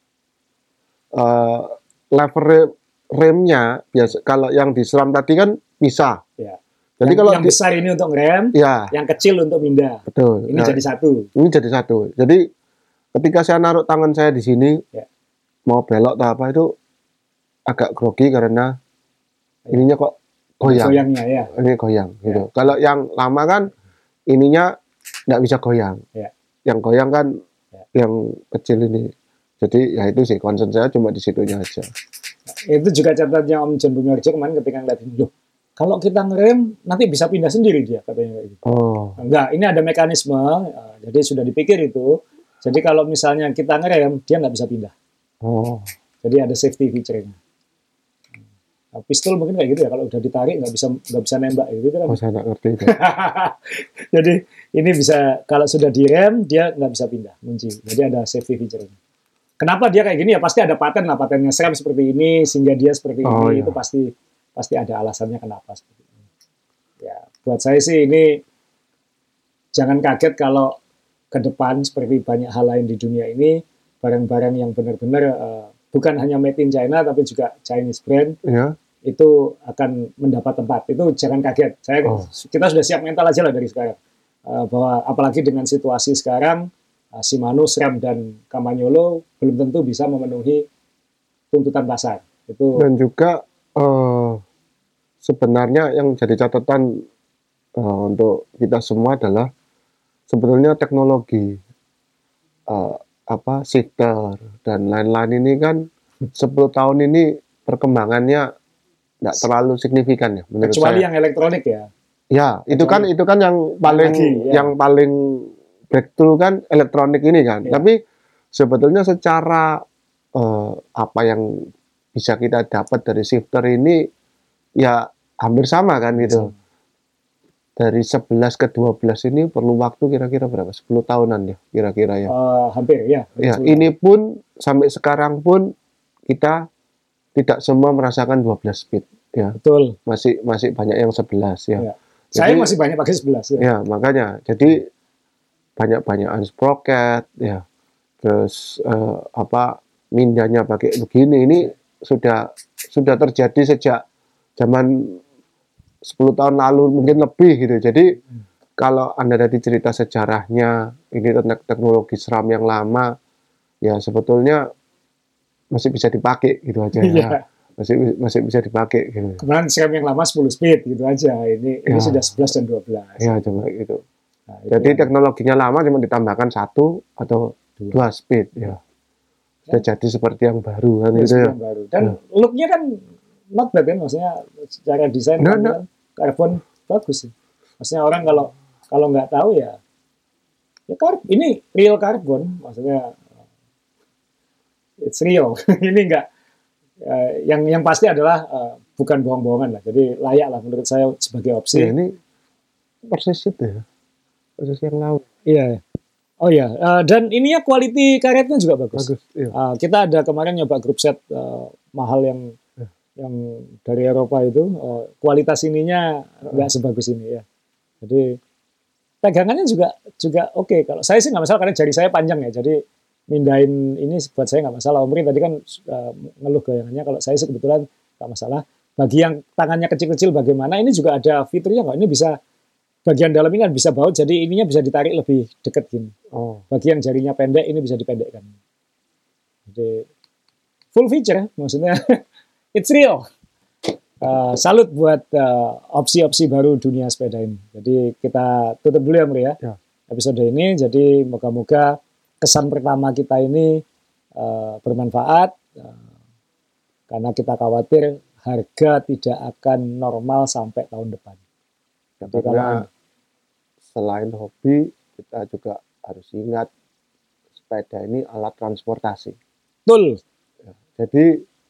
uh, lever remnya, biasa kalau yang di SRAM tadi kan bisa. Ya. Jadi yang, kalau yang besar ini untuk rem, ya. yang kecil untuk pindah. Betul. Ini nah, jadi satu. Ini jadi satu. Jadi ketika saya naruh tangan saya di sini, ya. Mau belok atau apa itu agak grogi karena ininya kok goyang. Goyangnya ya. Ini goyang gitu. Ya. Kalau yang lama kan ininya nggak bisa goyang. Ya. Yang goyang kan ya. Yang kecil ini. Jadi ya itu sih concern saya cuma di situnya aja. Itu juga catatannya Om John Bumiarjo kemarin ketika ngeliatin loh. Kalau kita ngerem nanti bisa pindah sendiri dia katanya gitu. Oh. Enggak, ini ada mekanisme. Jadi sudah dipikir itu. Jadi kalau misalnya kita ngerem dia nggak bisa pindah. Oh, jadi ada safety feature-nya. Nah, pistol mungkin kayak gitu ya, kalau udah ditarik nggak bisa nggak bisa nembak gitu kan? Oh, saya nggak ngerti itu. Jadi ini bisa kalau sudah direm dia nggak bisa pindah kunci. Jadi ada safety feature-nya. Kenapa dia kayak gini ya? Pasti ada paten lah, patennya SRAM seperti ini sehingga dia seperti oh, ini iya. Itu pasti pasti ada alasannya kenapa seperti ini. Ya, buat saya sih ini jangan kaget kalau ke depan seperti banyak hal lain di dunia ini. Barang-barang yang benar-benar uh, bukan hanya made in China tapi juga Chinese brand ya. Itu akan mendapat tempat. Itu jangan kaget. Saya oh. Kita sudah siap mental aja lah dari sekarang uh, bahwa apalagi dengan situasi sekarang uh, Shimano, SRAM dan Campagnolo belum tentu bisa memenuhi tuntutan pasar. Itu dan juga uh, sebenarnya yang jadi catatan uh, untuk kita semua adalah sebetulnya teknologi. Uh, apa shifter dan lain-lain ini kan sepuluh tahun ini perkembangannya tidak terlalu signifikan ya menurut kecuali saya. Yang elektronik ya. Ya, itu kan itu kan yang paling lagi, ya. Yang paling breakthrough kan elektronik ini kan. Ya. Tapi sebetulnya secara uh, apa yang bisa kita dapat dari shifter ini ya hampir sama kan gitu. Sama. Dari sebelas ke dua belas ini perlu waktu kira-kira berapa? sepuluh tahunan ya kira-kira ya. Uh, hampir ya. Ya, ini pun sampai sekarang pun kita tidak semua merasakan dua belas speed ya. Betul. Masih masih banyak yang sebelas ya. ya. Jadi, saya masih banyak pakai sebelas ya. Ya, makanya jadi banyak-banyak unsprocket ya. Terus uh, apa mindanya pakai begini ini sudah sudah terjadi sejak zaman sepuluh tahun lalu mungkin lebih gitu. Jadi hmm. kalau Anda tadi cerita sejarahnya ini tentang teknologi SRAM yang lama ya sebetulnya masih bisa dipakai gitu aja ya. masih masih bisa dipakai gitu. Kemudian SRAM yang lama sepuluh speed gitu aja. Ini ya. Ini sudah sebelas dan dua belas. Ya, cuma gitu. Nah, jadi itu teknologinya lama cuma ditambahkan satu atau dua, dua speed ya. Sudah ya. Jadi seperti yang baru kan gitu ya. Baru. Dan ya. Looknya kan not bad kan, maksudnya secara desain no, kan no. karbon bagus sih. Maksudnya orang kalau kalau nggak tahu ya ya kar ini real karbon, maksudnya it's real. Ini enggak uh, yang yang pasti adalah uh, bukan bohong-bohongan lah. Jadi layak lah menurut saya sebagai opsi. Ya, ini persis itu ya. Persis yang laut. Iya. Oh ya, uh, dan ininya quality karetnya juga bagus. Bagus. Iya. Uh, kita ada kemarin nyoba grup set uh, mahal yang ya. yang dari Eropa itu, uh, kualitas ininya nggak uh. sebagus ini ya. Jadi pegangannya juga juga oke. Okay. Kalau saya sih nggak masalah karena jari saya panjang ya. Jadi mindahin ini buat saya nggak masalah. Omri tadi kan uh, ngeluh goyangannya. Kalau saya sih kebetulan nggak masalah. Bagi yang tangannya kecil-kecil bagaimana? Ini juga ada fiturnya nggak? Ini bisa bagian dalam ini bisa baut. Jadi ininya bisa ditarik lebih dekat gini. Oh. Bagi yang jarinya pendek ini bisa dipendekkan. Jadi full feature maksudnya. It's real. Uh, salut buat uh, opsi-opsi baru dunia sepeda ini. Jadi kita tutup dulu ya, Omri ya. ya. Episode ini. Jadi moga-moga kesan pertama kita ini uh, bermanfaat uh, karena kita khawatir harga tidak akan normal sampai tahun depan. Jadi kalau selain hobi kita juga harus ingat sepeda ini alat transportasi. Betul. Ya, jadi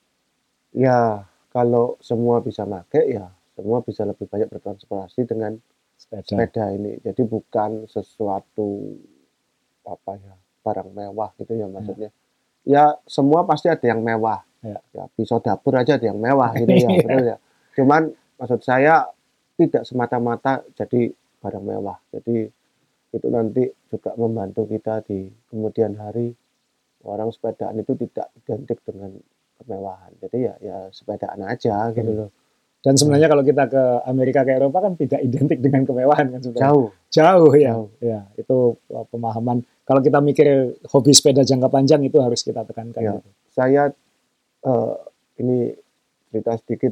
ya kalau semua bisa pakai ya semua bisa lebih banyak bertransportasi dengan sepeda. sepeda ini. Jadi bukan sesuatu apa ya barang mewah gitu ya maksudnya. Ya, ya semua pasti ada yang mewah. Ya. Ya pisau dapur aja ada yang mewah gitu ya, betul ya. Cuman maksud saya tidak semata-mata jadi barang mewah. Jadi itu nanti juga membantu kita di kemudian hari. Orang sepedaan itu tidak identik dengan kemewahan. Jadi ya ya sepedaan aja gitu loh. Dan sebenarnya kalau kita ke Amerika ke Eropa kan tidak identik dengan kemewahan kan sebenarnya. Jauh. Jauh ya. Jauh. Ya, itu pemahaman. Kalau kita mikir hobi sepeda jangka panjang itu harus kita tekankan ya. Gitu. Saya uh, ini cerita sedikit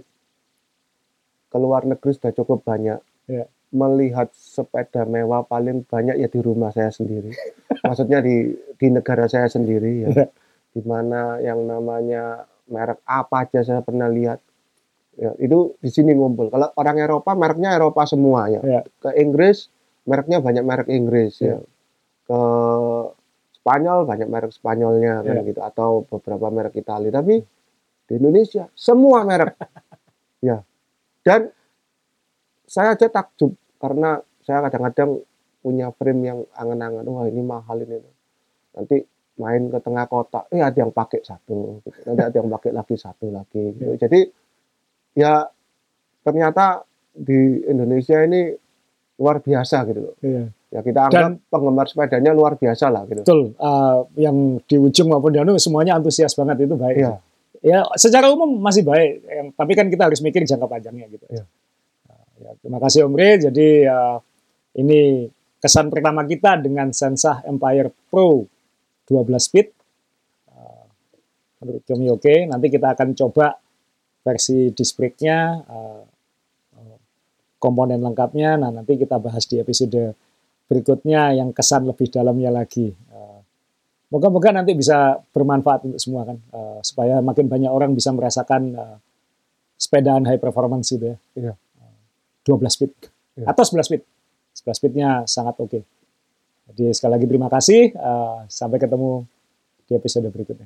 ke luar negeri sudah cukup banyak. Ya. Melihat sepeda mewah paling banyak ya di rumah saya sendiri. Maksudnya di di negara saya sendiri ya. Ya. Di mana yang namanya merek apa aja saya pernah lihat. Ya, itu di sini ngumpul. Kalau orang Eropa mereknya Eropa semua ya. Ya. Ke Inggris mereknya banyak merek Inggris ya. Ya. Ke Spanyol banyak merek Spanyolnya kan ya. Gitu atau beberapa merek Italia. Tapi di Indonesia semua merek. Ya. Dan saya aja takjub karena saya kadang-kadang punya frame yang angan-angan, wah ini mahal ini. Nanti main ke tengah kota, eh ada yang pakai satu, gitu. Nanti ada yang pakai lagi satu lagi. Gitu. Jadi ya ternyata di Indonesia ini luar biasa gitu loh. Iya. Ya kita anggap dan, penggemar sepedanya luar biasa lah gitu. Betul. Uh, yang di ujung maupun di anu semuanya antusias banget itu baik. Iya. Ya secara umum masih baik. Yang, tapi kan kita harus mikir jangka panjangnya gitu. Iya. Uh, ya, terima kasih Omri. Jadi uh, ini kesan pertama kita dengan Sensah Empire Pro dua belas speed. Uh, menurut kami oke. Okay. Nanti kita akan coba versi disc brake-nya, uh, komponen lengkapnya. Nah, nanti kita bahas di episode berikutnya yang kesan lebih dalamnya lagi. Uh, moga-moga nanti bisa bermanfaat untuk semua kan, uh, supaya makin banyak orang bisa merasakan uh, sepedaan high performance gitu ya. Iya. Uh, dua belas speed iya. Atau sebelas speed. sebelas speed-nya sangat oke. Okay. Jadi sekali lagi terima kasih. Uh, sampai ketemu di episode berikutnya.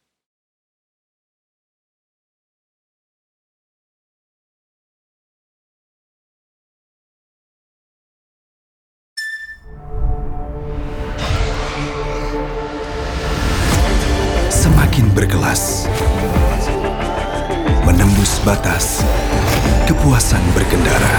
Berkelas, menembus batas, kepuasan berkendara.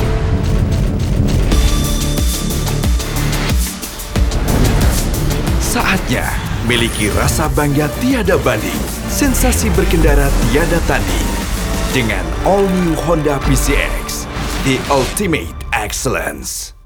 Saatnya miliki rasa bangga tiada banding, sensasi berkendara tiada tanding. Dengan All New Honda P C X, The Ultimate Excellence.